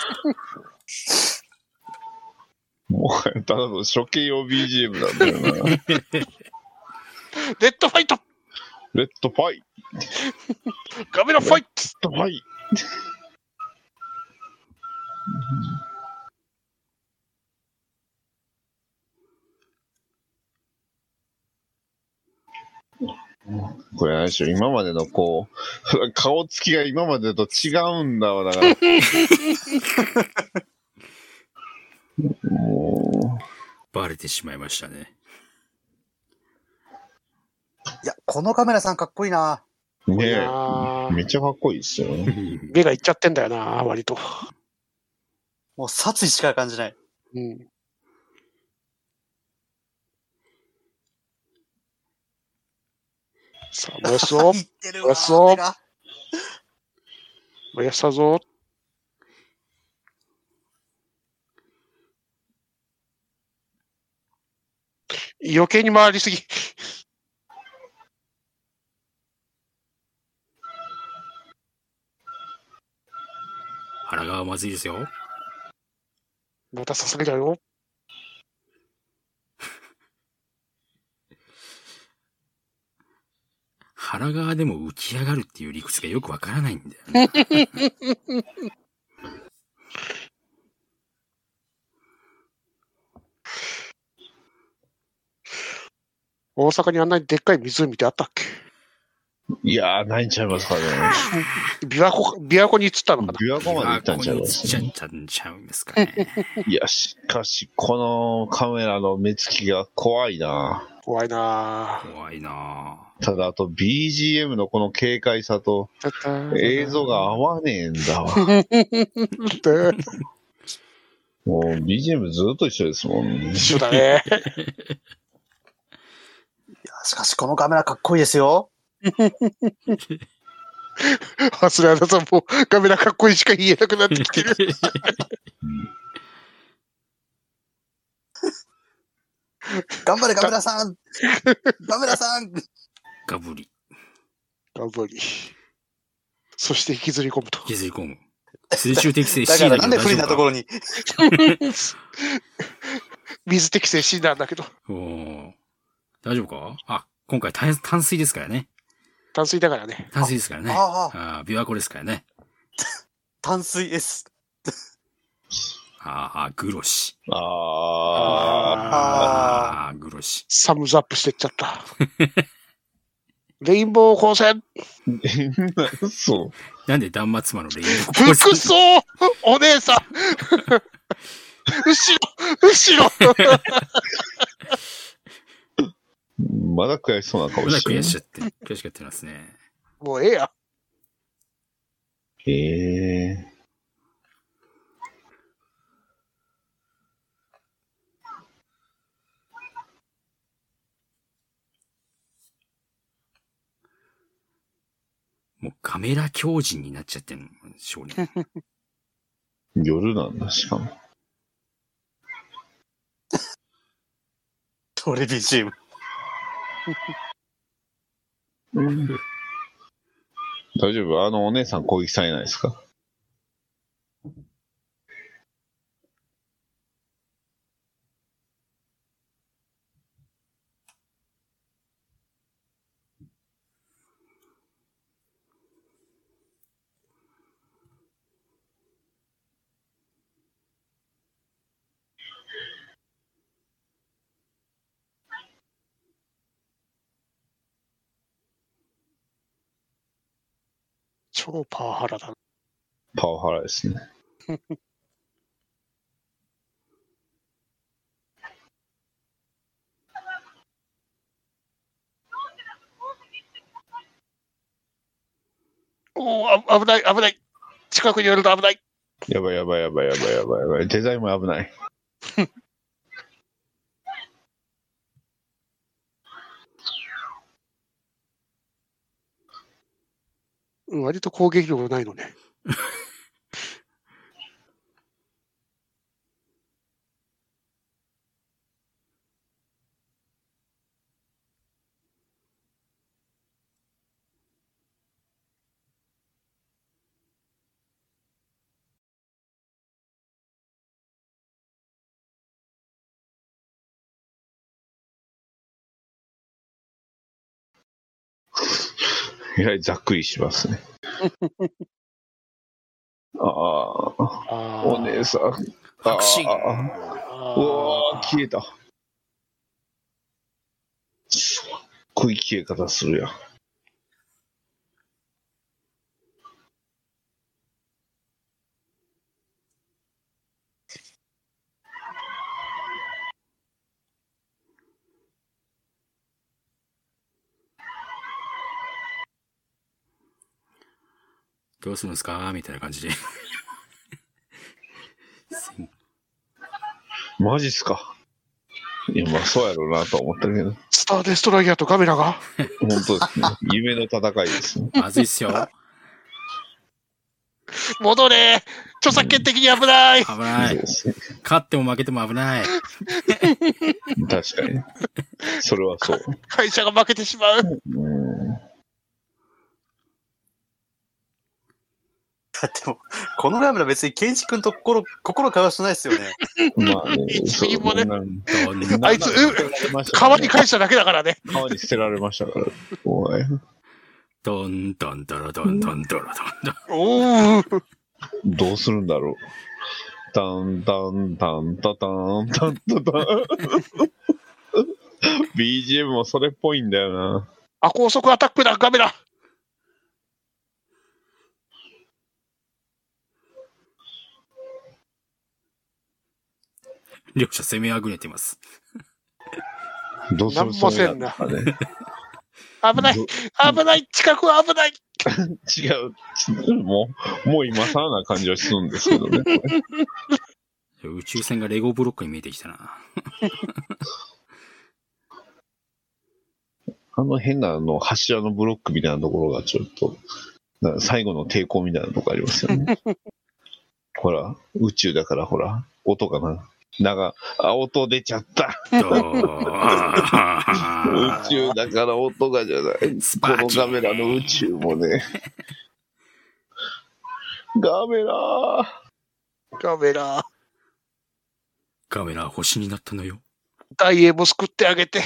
Speaker 3: もはやただの処刑用 BGM なんだよな。
Speaker 2: レッドファイト。
Speaker 3: レッドファイ
Speaker 2: ガメラファイ
Speaker 3: ト。ファイこれあれでしょ、今までのこう、顔つきが今までと違うんだわ、だから。
Speaker 1: もう。バレてしまいましたね。
Speaker 6: いや、このカメラさんかっこいいな。
Speaker 3: ねえ、めっちゃかっこいいっすよね。
Speaker 2: 目がいっちゃってんだよな、割と。
Speaker 6: もう殺意しか感じない。
Speaker 2: うん。さあ、燃やすぞ。燃やすぞ。燃やしたぞ。余計に回りすぎ。
Speaker 1: 腹がまずいですよ。
Speaker 2: またささげだよ。
Speaker 1: 腹側でも浮き上がるっていう理屈がよくわからないんだよね。
Speaker 2: 大阪にあんなにでっかい湖ってあったっけ？
Speaker 3: いやー、ないんちゃいますかね。
Speaker 2: 琵琶湖に移ったのかな？
Speaker 3: 琵琶湖まで行ったんちゃいます
Speaker 1: かね。ちゃうんですかね。
Speaker 3: いや、しかし、このカメラの目つきが怖いな。
Speaker 2: 怖いな。
Speaker 3: ただ、あと BGM のこの軽快さと映像が合わねえんだわ。もう BGM ずっと一緒ですもんね。
Speaker 2: 一緒だね。
Speaker 6: いや、しかしこのカメラかっこいいですよ。
Speaker 2: それあなたもカメラかっこいいしか言えなくなってきてる。
Speaker 6: 頑張れ、カメラさん。カメラさん。
Speaker 1: ガブリ。
Speaker 2: そして引きずり込むと。
Speaker 1: 引きずり込む。水中適正 C
Speaker 6: だからなんで不利なところに。
Speaker 2: 水適正 C なんだけど。
Speaker 1: 大丈夫か？あ、今回淡水ですからね。
Speaker 2: 淡水だからね。
Speaker 1: 淡水ですからね。琵琶湖ですからね。
Speaker 6: 淡水 S。
Speaker 1: グロシ。
Speaker 3: グ
Speaker 1: ロシ。
Speaker 2: サムズアップしてっちゃった。レインボー光線。
Speaker 3: そう。
Speaker 1: なんで断末魔のレインボー光線。
Speaker 2: 服装お姉さん後ろ
Speaker 3: まだ悔しそうな顔してる。
Speaker 1: 悔しがってますね。
Speaker 2: もうええや。
Speaker 1: もうカメラ狂人になっちゃってるんでしょうね。
Speaker 3: 夜なんだ、しかも。
Speaker 6: トレビチーム。
Speaker 3: 大丈夫？お姉さん攻撃されないですか？
Speaker 2: 超パワハラだ。
Speaker 3: パワハラですね。
Speaker 2: おお、危ない、危ない。近くに寄ると危ない。
Speaker 3: やばい。デザインも危ない。
Speaker 2: 割と攻撃力ないのね。
Speaker 3: やはりざっくりしますね。お姉さん。
Speaker 1: 白真。
Speaker 3: うわ消えた。すっごい消え方するやん。
Speaker 1: どうするんですかみたいな感じで。
Speaker 3: マジっすか。いや、まあそうやろうなと思ったけど。
Speaker 2: スターデストライヤーとカメラが
Speaker 3: 本当ですね。夢の戦いですね。
Speaker 1: まずいっすよ。
Speaker 2: 戻れ著作権的に危ない。
Speaker 1: 危ない。勝っても負けても危ない。
Speaker 3: 確かに。それはそう。
Speaker 2: 会社が負けてしまう。
Speaker 6: だってもこのカメラ別にケンジ君と心交わしてないですよね。
Speaker 3: まあね、
Speaker 2: 一ミリもね。
Speaker 3: あ
Speaker 2: いつ、川に返しただけだからね。
Speaker 3: 川に捨てられましたから。おい。
Speaker 1: ドンドンドロドンドンドロドン。
Speaker 2: おー。
Speaker 3: どうするんだろう。タンタンタンタタンタンタタン。BGM もそれっぽいんだよな。
Speaker 2: 高速アタックだ、カメラ。
Speaker 1: 両者攻めあぐねてます。
Speaker 3: どうする
Speaker 2: なんもせんな。
Speaker 3: それね、
Speaker 2: 危ない危ない近くは危ない
Speaker 3: 違う。もう今更な感じはするんですけどね。
Speaker 1: 宇宙船がレゴブロックに見えてきたな。
Speaker 3: 変な柱のブロックみたいなところがちょっと、最後の抵抗みたいなとこありますよね。ほら、宇宙だからほら、音かな。音出ちゃった。宇宙だから音がじゃない。このカメラの宇宙もね。
Speaker 1: カメラ星になったのよ。
Speaker 2: 大英も救ってあげて。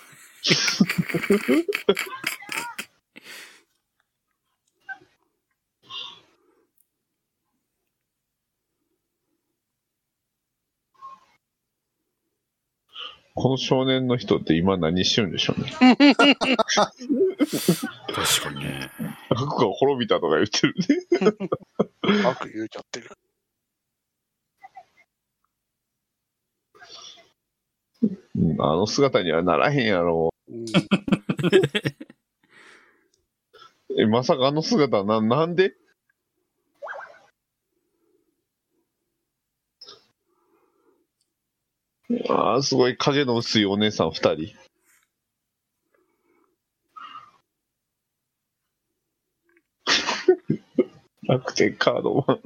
Speaker 3: この少年の人って今何してるんでしょうね。
Speaker 1: 確かにね。
Speaker 3: 悪が滅びたとか言ってるね。
Speaker 2: 悪言うちゃってる。
Speaker 3: あの姿にはならへんやろ。まさかあの姿なんで？すごい影の薄いお姉さん2人。楽天カードマン。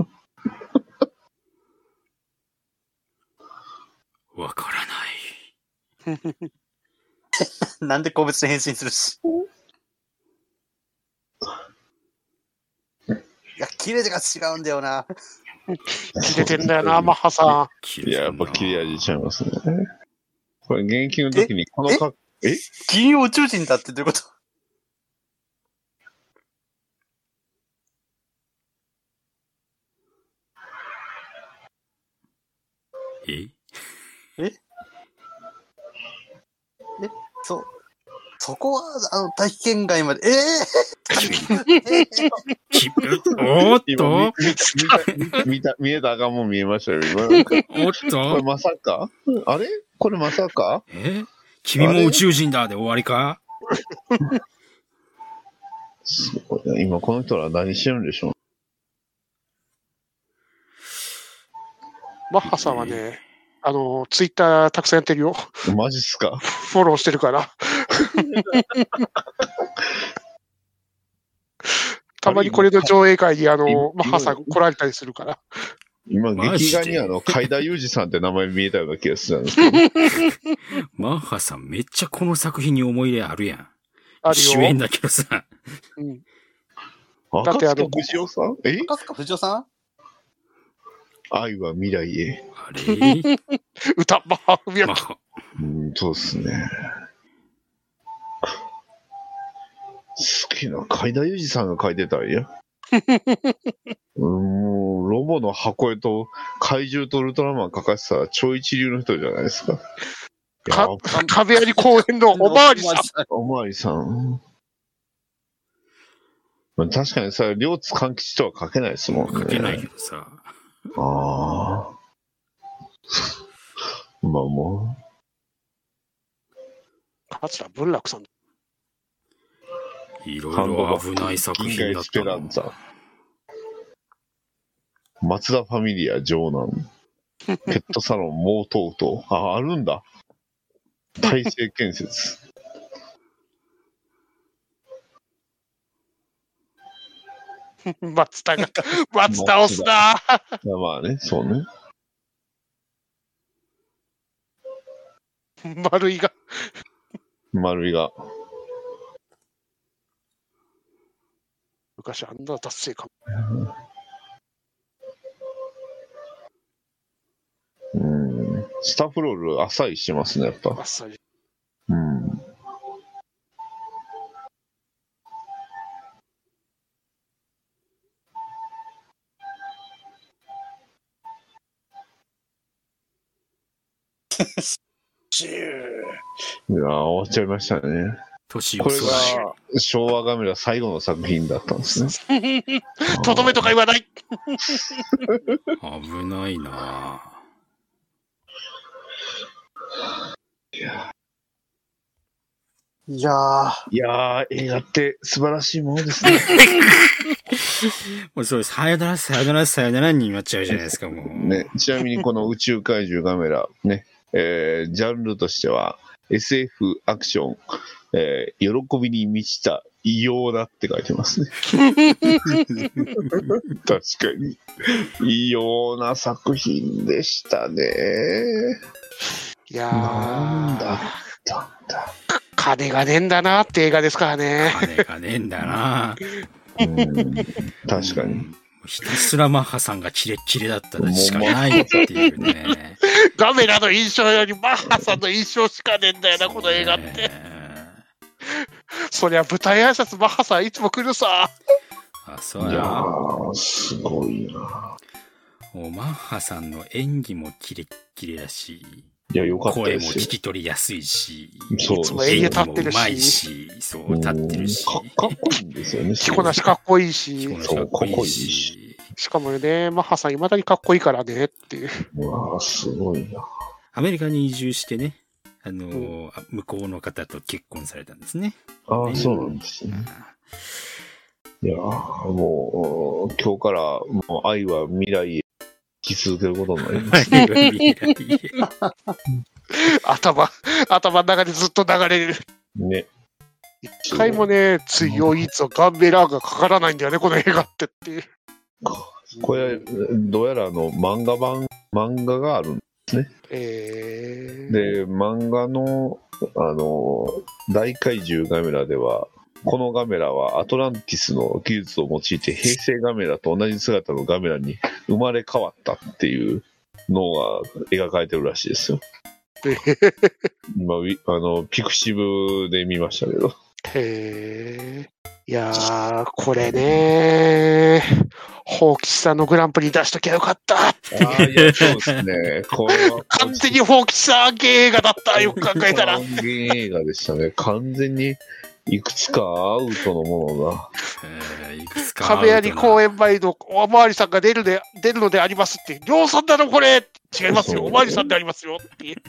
Speaker 1: わからない。
Speaker 6: なんで個別に変身するし。いや、切れが違うんだよな。
Speaker 2: 切れてんだよな、マッハさ
Speaker 3: ん。いや、やっぱ切れ味ちゃいますね。これ、現役の時にこの
Speaker 6: 金曜宇宙人だってどういうこと？そこは、大気圏外まで、
Speaker 1: おっと
Speaker 3: 見えた赤もん見えましたよ、今。
Speaker 1: おっと
Speaker 3: これまさかあれこれまさか
Speaker 1: 君も宇宙人だで終わりか
Speaker 3: すごいな。今この人ら何してるんでしょう。
Speaker 2: マッハさんはね、ツイッターたくさんやってるよ。
Speaker 3: マジっすか。
Speaker 2: フォローしてるから。たまにこれの上映会にマッハさん来られたりするから。
Speaker 3: 今、劇画に海田裕二さんって名前見えたような気がするんですけど。
Speaker 1: マッハさんめっちゃこの作品に思い入れあるやん。
Speaker 2: あるよ。
Speaker 1: 主演だけどさ。
Speaker 2: うん。
Speaker 3: 赤塚不二夫さん
Speaker 6: 赤塚不二夫さん
Speaker 3: 愛は未来へ。
Speaker 1: あれ
Speaker 2: 歌、マッハ文明。
Speaker 3: そうっすね。好きな、海田裕二さんが書いてたんや。もう、ロボの箱絵と怪獣とウルトラマン書かせたら超一流の人じゃないですか。
Speaker 2: 壁あり公園のおまわりさん。
Speaker 3: おまわりさん。確かにさ、両津勘吉とは書けないですもんね。
Speaker 1: 書けないけどさ。
Speaker 3: ああ。まあも
Speaker 2: う。桂文楽さん。
Speaker 1: いろいろ危ない作品だったな。
Speaker 3: 松田ファミリア城南。ペットサロンモートウト。あるんだ。大成建設。
Speaker 2: 松田押すな。
Speaker 3: まあね、そうね。
Speaker 2: 丸いが。昔あんな達成感。
Speaker 3: スタッフロール浅いしてますね、やっぱ。
Speaker 2: 浅い。
Speaker 3: いや終わっちゃいましたね。これが昭和ガメラ最後の作品だったんですね。
Speaker 2: とどめとか言わない。
Speaker 1: 危ないな。
Speaker 3: いやー、映画って素晴らしいものですね。
Speaker 1: もうそうです。さよなら、さよなら、さよならになっちゃうじゃないですか、もう。
Speaker 3: ね、ちなみにこの宇宙怪獣ガメラ、ね、ジャンルとしては、SF アクション、喜びに満ちた異様だって書いてますね。確かに。異様な作品でしたね。
Speaker 2: いやー。
Speaker 3: なんだったんだ。
Speaker 2: 金がねえんだなって映画ですからね。
Speaker 1: 金がねえんだな。
Speaker 3: 確かに。
Speaker 1: ひたすらマッハさんがキレッキレだったらしかないっていうね。
Speaker 2: ガメラの印象よりマッハさんの印象しかねえんだよな、この映画って。そりゃ舞台挨拶マッハさんいつも来るさ。
Speaker 1: あ、そうや。
Speaker 3: すごいな。
Speaker 1: もうマッハさんの演技もキレッキレだし。
Speaker 3: いや、よかったですよ。
Speaker 1: 声も聞き取りやすいし、
Speaker 3: そう
Speaker 2: いつも演技立ってるし、
Speaker 1: うまいし、そう立ってるし、
Speaker 3: かっこいいんですよね。
Speaker 2: 着こなしかっこいいし、
Speaker 3: そうかっこいいし、
Speaker 2: しかもね、マッハさん未だにかっこいいからねっていう。
Speaker 3: うわーすごいな。
Speaker 1: アメリカに移住してね、向こうの方と結婚されたんですね。
Speaker 3: ああ、そうなんですね。いやもう今日からもう愛は未来へ生き続けることになります。
Speaker 2: 頭の中でずっと流れる。
Speaker 3: ね。
Speaker 2: 一回もね、強いぞ、ガンベラーがかからないんだよね、この映画ってっていう。
Speaker 3: これ、どうやら漫画があるんですね。で、漫画の、大怪獣ガメラでは、このガメラはアトランティスの技術を用いて平成ガメラと同じ姿のガメラに生まれ変わったっていうのが描かれてるらしいですよ。今ピクシブで見ましたけど。
Speaker 2: いやー、これねホーキさんのグランプリ出しときゃよかった。
Speaker 3: いや、そうですね。これは
Speaker 2: 完全にホーキさんゲー映画だった。よく考えたら。
Speaker 3: ゲー映画でしたね。完全にいくつかアウトのものが。
Speaker 1: いくつかアウトな。
Speaker 2: 亀有公園前のおまわりさんが出るのでありますって。量産だろ、これ違いますよ。おまわりさんでありますよっていう。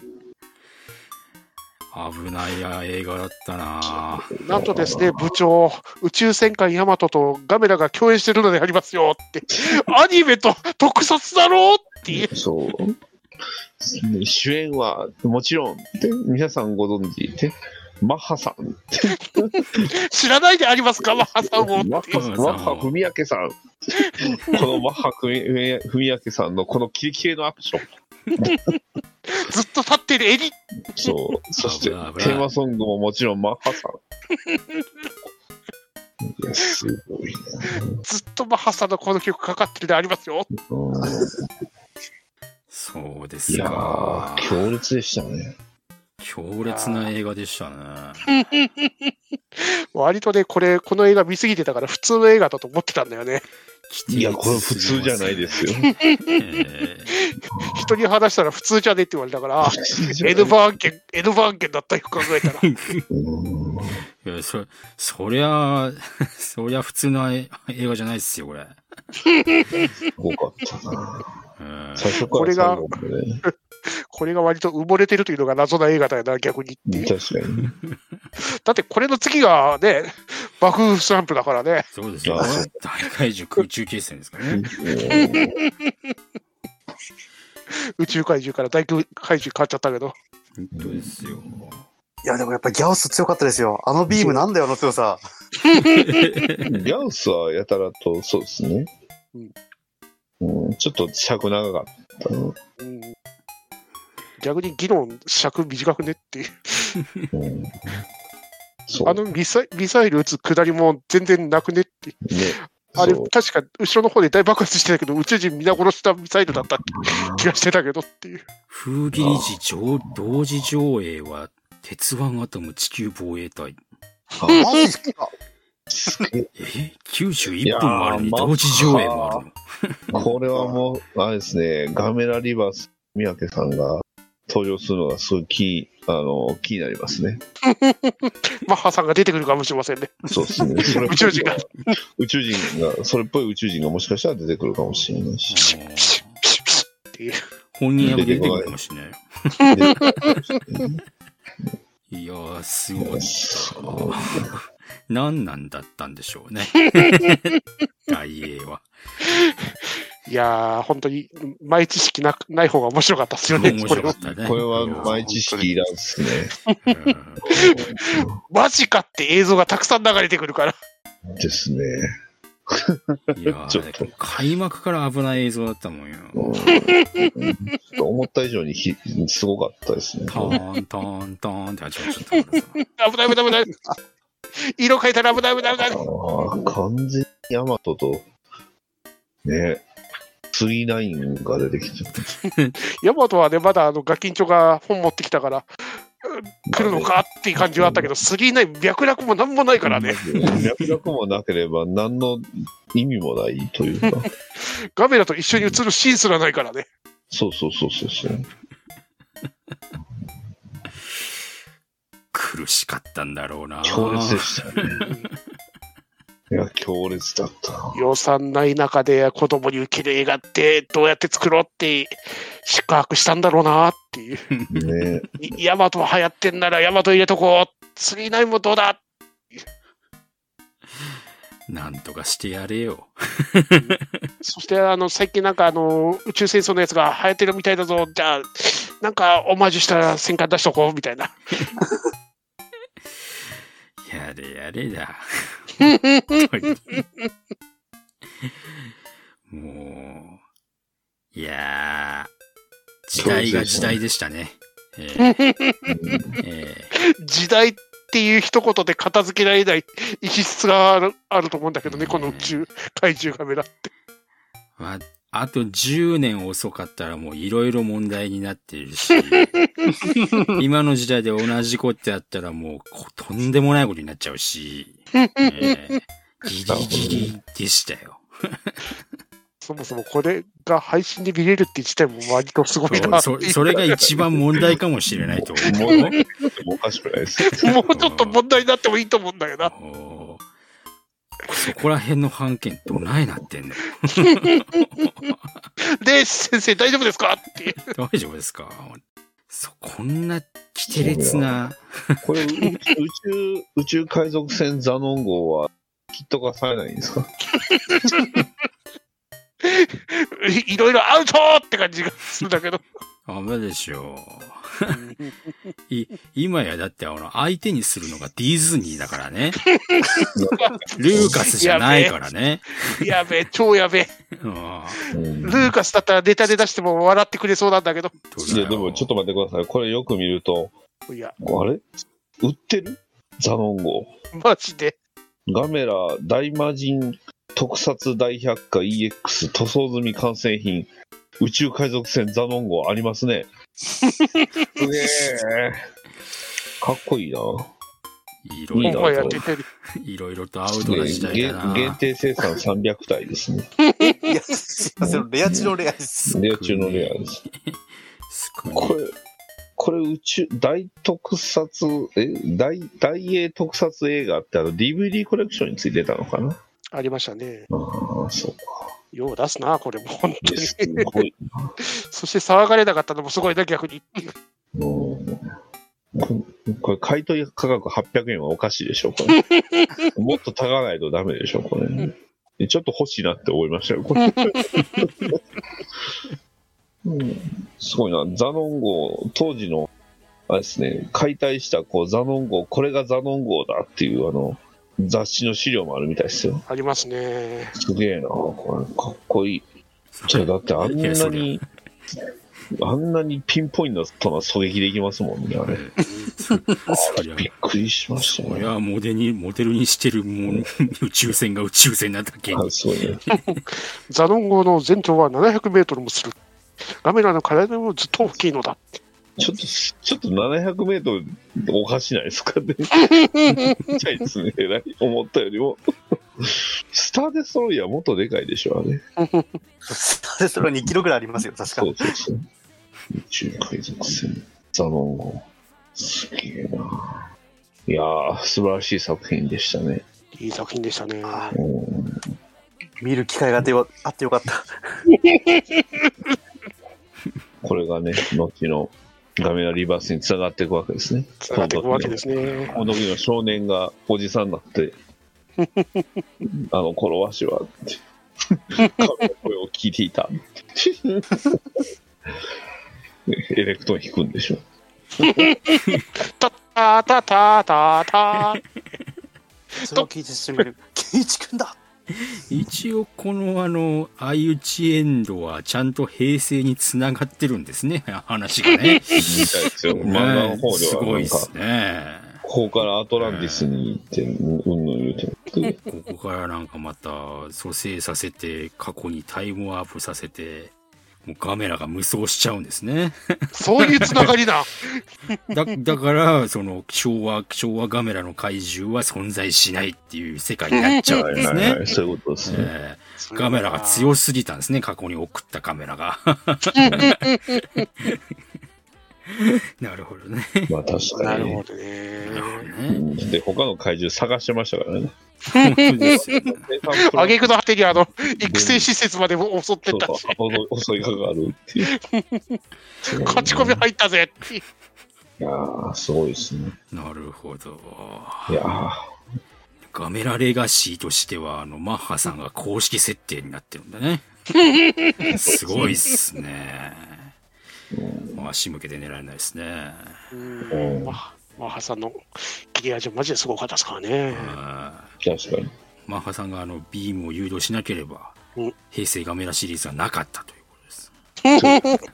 Speaker 1: 危ない映画だったな。
Speaker 2: なんとですね、部長、宇宙戦艦ヤマトとガメラが共演してるのでありますよって。アニメと特撮だろっていう。
Speaker 3: そう。主演は、もちろん、皆さんご存知で、マッハさん。
Speaker 2: 知らないでありますか、マッハさんを。
Speaker 3: マッハ文明さん。このマッハ文明さんのこのキレキレのアクション。
Speaker 2: ずっと立ってる襟。
Speaker 3: そう。そして、テーマソングももちろんマッハさん。いや、すごいな。
Speaker 2: ずっとマッハさんのこの曲かかってるでありますよ。
Speaker 1: そうですか。
Speaker 3: いや強烈でしたね。
Speaker 1: 強烈な映画でしたね。
Speaker 2: 割とね、この映画見すぎてたから普通の映画だと思ってたんだよね。
Speaker 3: いや、これ普通じゃないですよ。
Speaker 2: 人に話したら普通じゃねって言われたから、N 番券だったよ、考えたら。
Speaker 1: いや、そりゃ普通の映画じゃないですよ、これ。
Speaker 3: すごかったな。最初から最後まで。
Speaker 2: これが割と埋もれてるというのが謎な映画だよな、逆に。
Speaker 3: 確かに。
Speaker 2: だってこれの次がね、爆風スランプだからね。
Speaker 1: そうですよ。大怪獣空中決戦ですからね。
Speaker 2: 宇宙怪獣から大怪獣変わっちゃったけど。
Speaker 1: 本当ですよ。
Speaker 6: いや、でもやっぱギャオス強かったですよ。あのビームなんだよ、あの強さ。
Speaker 3: ギャオスはやたらと、そうですね。ちょっと尺長かったの。
Speaker 2: 逆に議論尺短くねっていう。あのミサイル撃つ下りも全然なくねっていう。ね、あれ、確か後ろの方で大爆発してたけど、宇宙人皆殺したミサイルだった気がしてたけどっていう。
Speaker 1: 風切り時同時上映は、鉄腕アトム地球防衛隊。
Speaker 6: マジですか
Speaker 1: 91分もあるのに同時上映もある
Speaker 3: の。これはもう、あれですね、ガメラリバース三宅さんが登場するのがすごい気になりますね。
Speaker 2: マッハさんが出てくるかもしれませんね。
Speaker 3: そうですね。
Speaker 2: 宇宙人が、
Speaker 3: それっぽい宇宙人がもしかしたら出てくるかもしれないし。
Speaker 1: 本人役出てくるかもしれない。いやー、すごい。何なんだったんでしょうね。大英は。
Speaker 2: いやー、本当に、前知識ない方が面白かったですよね。
Speaker 1: 面白かったね。
Speaker 3: これは前知識いらんっすね。
Speaker 2: マジかって映像がたくさん流れてくるから。
Speaker 3: ですね。
Speaker 1: いやー、開幕から危ない映像だったもんよ。
Speaker 3: 思った以上にすごかったですね。
Speaker 1: トーントーントーンって始まっちゃったからさ。
Speaker 2: 危ない。色変えたら危ない。
Speaker 3: 完全にヤマトと、ね、39が出てきてる。
Speaker 2: ヤマトはね、まだガキンチョが本持ってきたから、来るのかっていう感じはあったけど、39脈絡もなんもないからね。
Speaker 3: 脈絡もなければ何の意味もないというか。
Speaker 2: ガメラと一緒に映るシーンすらないからね。
Speaker 3: そう。
Speaker 1: 苦しかったんだろうな。
Speaker 3: 強烈でしたね。いや、強烈だった。
Speaker 2: 予算ない中で子供に受ける映画ってどうやって作ろうって宿泊したんだろうなっていう。
Speaker 3: ね、
Speaker 2: ヤマト流行ってんならヤマト入れとこう。39もどうだ。
Speaker 1: なんとかしてやれよ。
Speaker 2: そして最近なんか宇宙戦争のやつが流行ってるみたいだぞ。じゃあなんかオマージュしたら戦艦出しとこうみたいな。
Speaker 1: やれだ。もう、いやー、時代が時代でしたね。
Speaker 2: 時代っていう一言で片付けられない異質があると思うんだけどね、この宇宙怪獣カメラって。
Speaker 1: あと10年遅かったらもういろいろ問題になっているし、今の時代で同じことやったらもうとんでもないことになっちゃうし、ギリギリでしたよ。
Speaker 2: そもそもこれが配信で見れるって自体も割とすごいな。
Speaker 1: それが一番問題かもしれないと思う。
Speaker 3: もおかしくないです
Speaker 2: もうちょっと問題になってもいいと思うんだけどな。
Speaker 1: そこら辺の判件どないなってんの
Speaker 2: で、先生大丈夫ですかって。
Speaker 1: 大丈夫ですかこんな奇て烈な。
Speaker 3: これ宇宙海賊船ザノン号はキット化されないんですか
Speaker 2: いろいろアウトって感じがするんだけど。
Speaker 1: ダメでしょ今やだって相手にするのがディズニーだからね。ルーカスじゃないからね。
Speaker 2: やべえ、超やべえ。ルーカスだったらネタで出しても笑ってくれそうなんだけど。
Speaker 3: いや、でもちょっと待ってください。これよく見ると、あれ売ってるザノン号。
Speaker 2: マジで。
Speaker 3: ガメラ大魔神特撮大百科 EX 塗装済み完成品宇宙海賊船ザノン号ありますね。すげえ。かっこいいな。
Speaker 1: いろいろとアウトな時代だな。
Speaker 3: 限定生産300体ですね。
Speaker 6: いや、すいません、レア中のレアです。
Speaker 3: レア中のレアです。これ宇宙大特撮大英特撮映画って DVD コレクションについてたのかな。
Speaker 2: ありましたね。
Speaker 3: ああ、そうか。
Speaker 2: よう出すな、これも本当に。そして騒がれなかったのもすごいな、逆に。
Speaker 3: これ買い取り価格800円はおかしいでしょ、これ。もっと高ないとダメでしょ、これ。ちょっと欲しいなって思いましたよ、これ。すごいな、ザノン号、当時の、あれですね、解体したザノン号、これがザノン号だっていう雑誌の資料もあるみたいですよ。
Speaker 2: ありますね。
Speaker 3: すげえな、これ、かっこいい。だってあんなにピンポイントな狙撃できますもんね、あれ。びっくりしましたね。
Speaker 1: そりゃモデルにしてる宇宙船が宇宙船なだけに。
Speaker 3: そうね。
Speaker 2: ザノン号の全長は700メートルもする。ガメラの体もずっと大きいのだ。
Speaker 3: ちょっと700メートルおかしないですかね。ちっちゃいですね、思ったよりも。スターデストロイヤーもっとでかいでしょ、あれ。
Speaker 6: スターデストロイヤー2キロぐらいありますよ、確かに。
Speaker 3: そう。宇宙海賊船ザノン号。すげえな。いやー、素晴らしい作品でしたね。
Speaker 2: いい作品でしたね。
Speaker 6: 見る機会があってよかった。
Speaker 3: これがね、後のガメラリバースにつながっていくわけですね。
Speaker 2: つながっていくわけですね。
Speaker 3: この時の少年がおじさんになって、頃わしはって、彼の声を聞いていた。エレクトーン弾くんでしょ。
Speaker 2: タタタタタタ。
Speaker 6: それを聞いてしまう。ケイチ君だ。
Speaker 1: 一応この相打ちエンドはちゃんと平成につながってるんですね、話がね。
Speaker 3: 漫画の方では
Speaker 1: すごいですね。
Speaker 3: ここからアトランティスに行って言うて
Speaker 1: ここからなんかまた蘇生させて過去にタイムワープさせてもうガメラが無双しちゃうんですね。
Speaker 2: そういうつながりだ。
Speaker 1: だからその昭和ガメラの怪獣は存在しないっていう世界になっちゃうんですね。
Speaker 3: そういうことですね。
Speaker 1: ガメラが強すぎたんですね、過去に送ったカメラが。なるほどね。
Speaker 3: まあ確かに。
Speaker 2: なるほどね。
Speaker 3: で他の怪獣探してましたからね。
Speaker 1: 本当ですよね。
Speaker 2: 挙句の果てに育成施設まで襲ってったし。
Speaker 3: 襲いかかるっていう。
Speaker 2: 勝ち込み入ったぜっていう。
Speaker 3: いやー、すごいですね。
Speaker 1: なるほど。
Speaker 3: いやー。
Speaker 1: ガメラレガシーとしてはマッハさんが公式設定になってるんだね。すごいっすね。足向けて狙えないですね。
Speaker 2: マッハさんの切れ味はマジですごかったですからね。
Speaker 3: 確かに。
Speaker 1: マッハさんがビームを誘導しなければ、平成ガメラシリーズはなかったということです。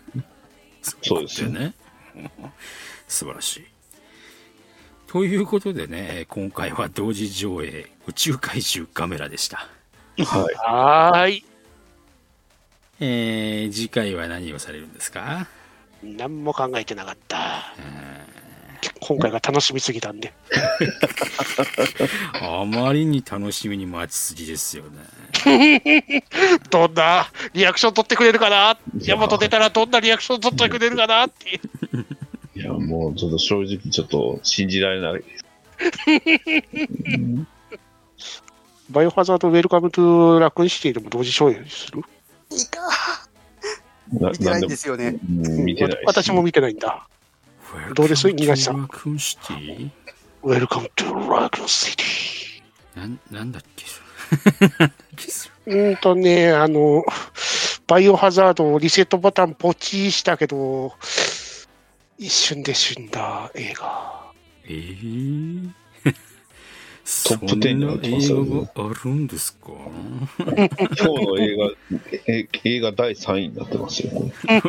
Speaker 3: そうですよね。
Speaker 1: 素晴らしい。ということでね、今回は同時上映宇宙怪獣ガメラでした。
Speaker 2: はい。
Speaker 1: 次回は何をされるんですか？
Speaker 2: 何も考えてなかった。今回が楽しみすぎたんで。
Speaker 1: あまりに楽しみに待ちすぎですよね。
Speaker 2: どんなリアクション取ってくれるかな、ヤマト出たらどんなリアクション取ってくれるかなっていう。
Speaker 3: いや、もうちょっと正直ちょっと信じられない。
Speaker 2: バイオハザードウェルカムトゥラクーンシティでも同時上映する？
Speaker 6: いいか。見てないんですよね。
Speaker 3: 見てない。
Speaker 2: 私も見てないんだ。どうです東さん。
Speaker 1: ラクーンシティ？
Speaker 2: ウェルカムトゥラクーンシテ
Speaker 1: ィ。なんだっけ
Speaker 2: バイオハザードリセットボタンポチーしたけど、一瞬で死んだ映画。
Speaker 3: トップ10になってますよね。
Speaker 1: あるんですか？
Speaker 3: 今日の映画第3位になってますよ。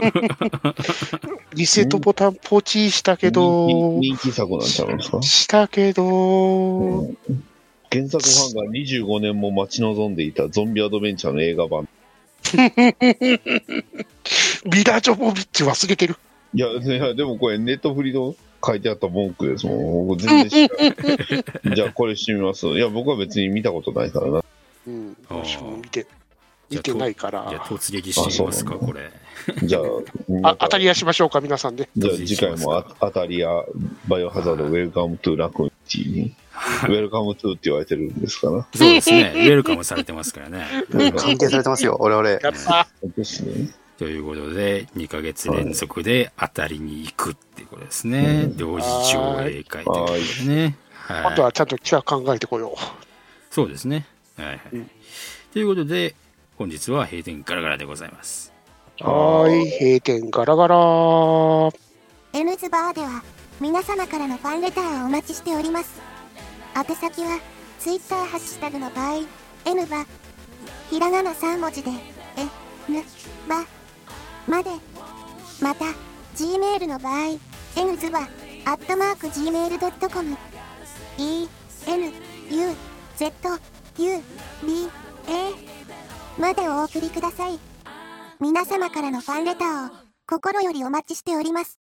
Speaker 2: リセットボタンポチしたけど、
Speaker 3: 人気作なんちゃうんですか？
Speaker 2: したけど、
Speaker 3: 原作ファンが25年も待ち望んでいたゾンビアドベンチャーの映画版。
Speaker 2: ビラ・ジョボビッチ忘れてる。
Speaker 3: いや、でもこれネットフリの書いてあった文句ですもん。僕全然知らない。じゃあこれしてみます。いや、僕は別に見たことないからな。
Speaker 2: 私も見てないから。
Speaker 1: じゃあ突撃してみますか、これ。
Speaker 3: じゃあ、
Speaker 2: 当たり屋しましょうか、皆さんで。
Speaker 3: じゃあ次回も当たり屋、バイオハザード、ウェルカムトゥラクーンシティに。ウェルカムトゥって言われてるんですかな。
Speaker 1: そうですね。ウェルカムされてますからね。
Speaker 6: 関係されてますよ、俺々。
Speaker 2: やった。
Speaker 3: ですね。
Speaker 1: ということで、2ヶ月連続で当たりに行くっていうことですね。同時上映会ということでね。
Speaker 2: あとはちゃんと企画考えてこよう。
Speaker 1: そうですね。はい。ということで、本日は閉店ガラガラでございます。
Speaker 2: はい、閉店ガラガラ。
Speaker 5: N ズバーでは、皆様からのファンレターをお待ちしております。宛先は、Twitter ハッシュタグの場合、N バ、ひらがな3文字で、N バ、まで。また、Gmail の場合、N ズバ、@gmail.com、ENUZUBA までお送りください。皆様からのファンレターを心よりお待ちしております。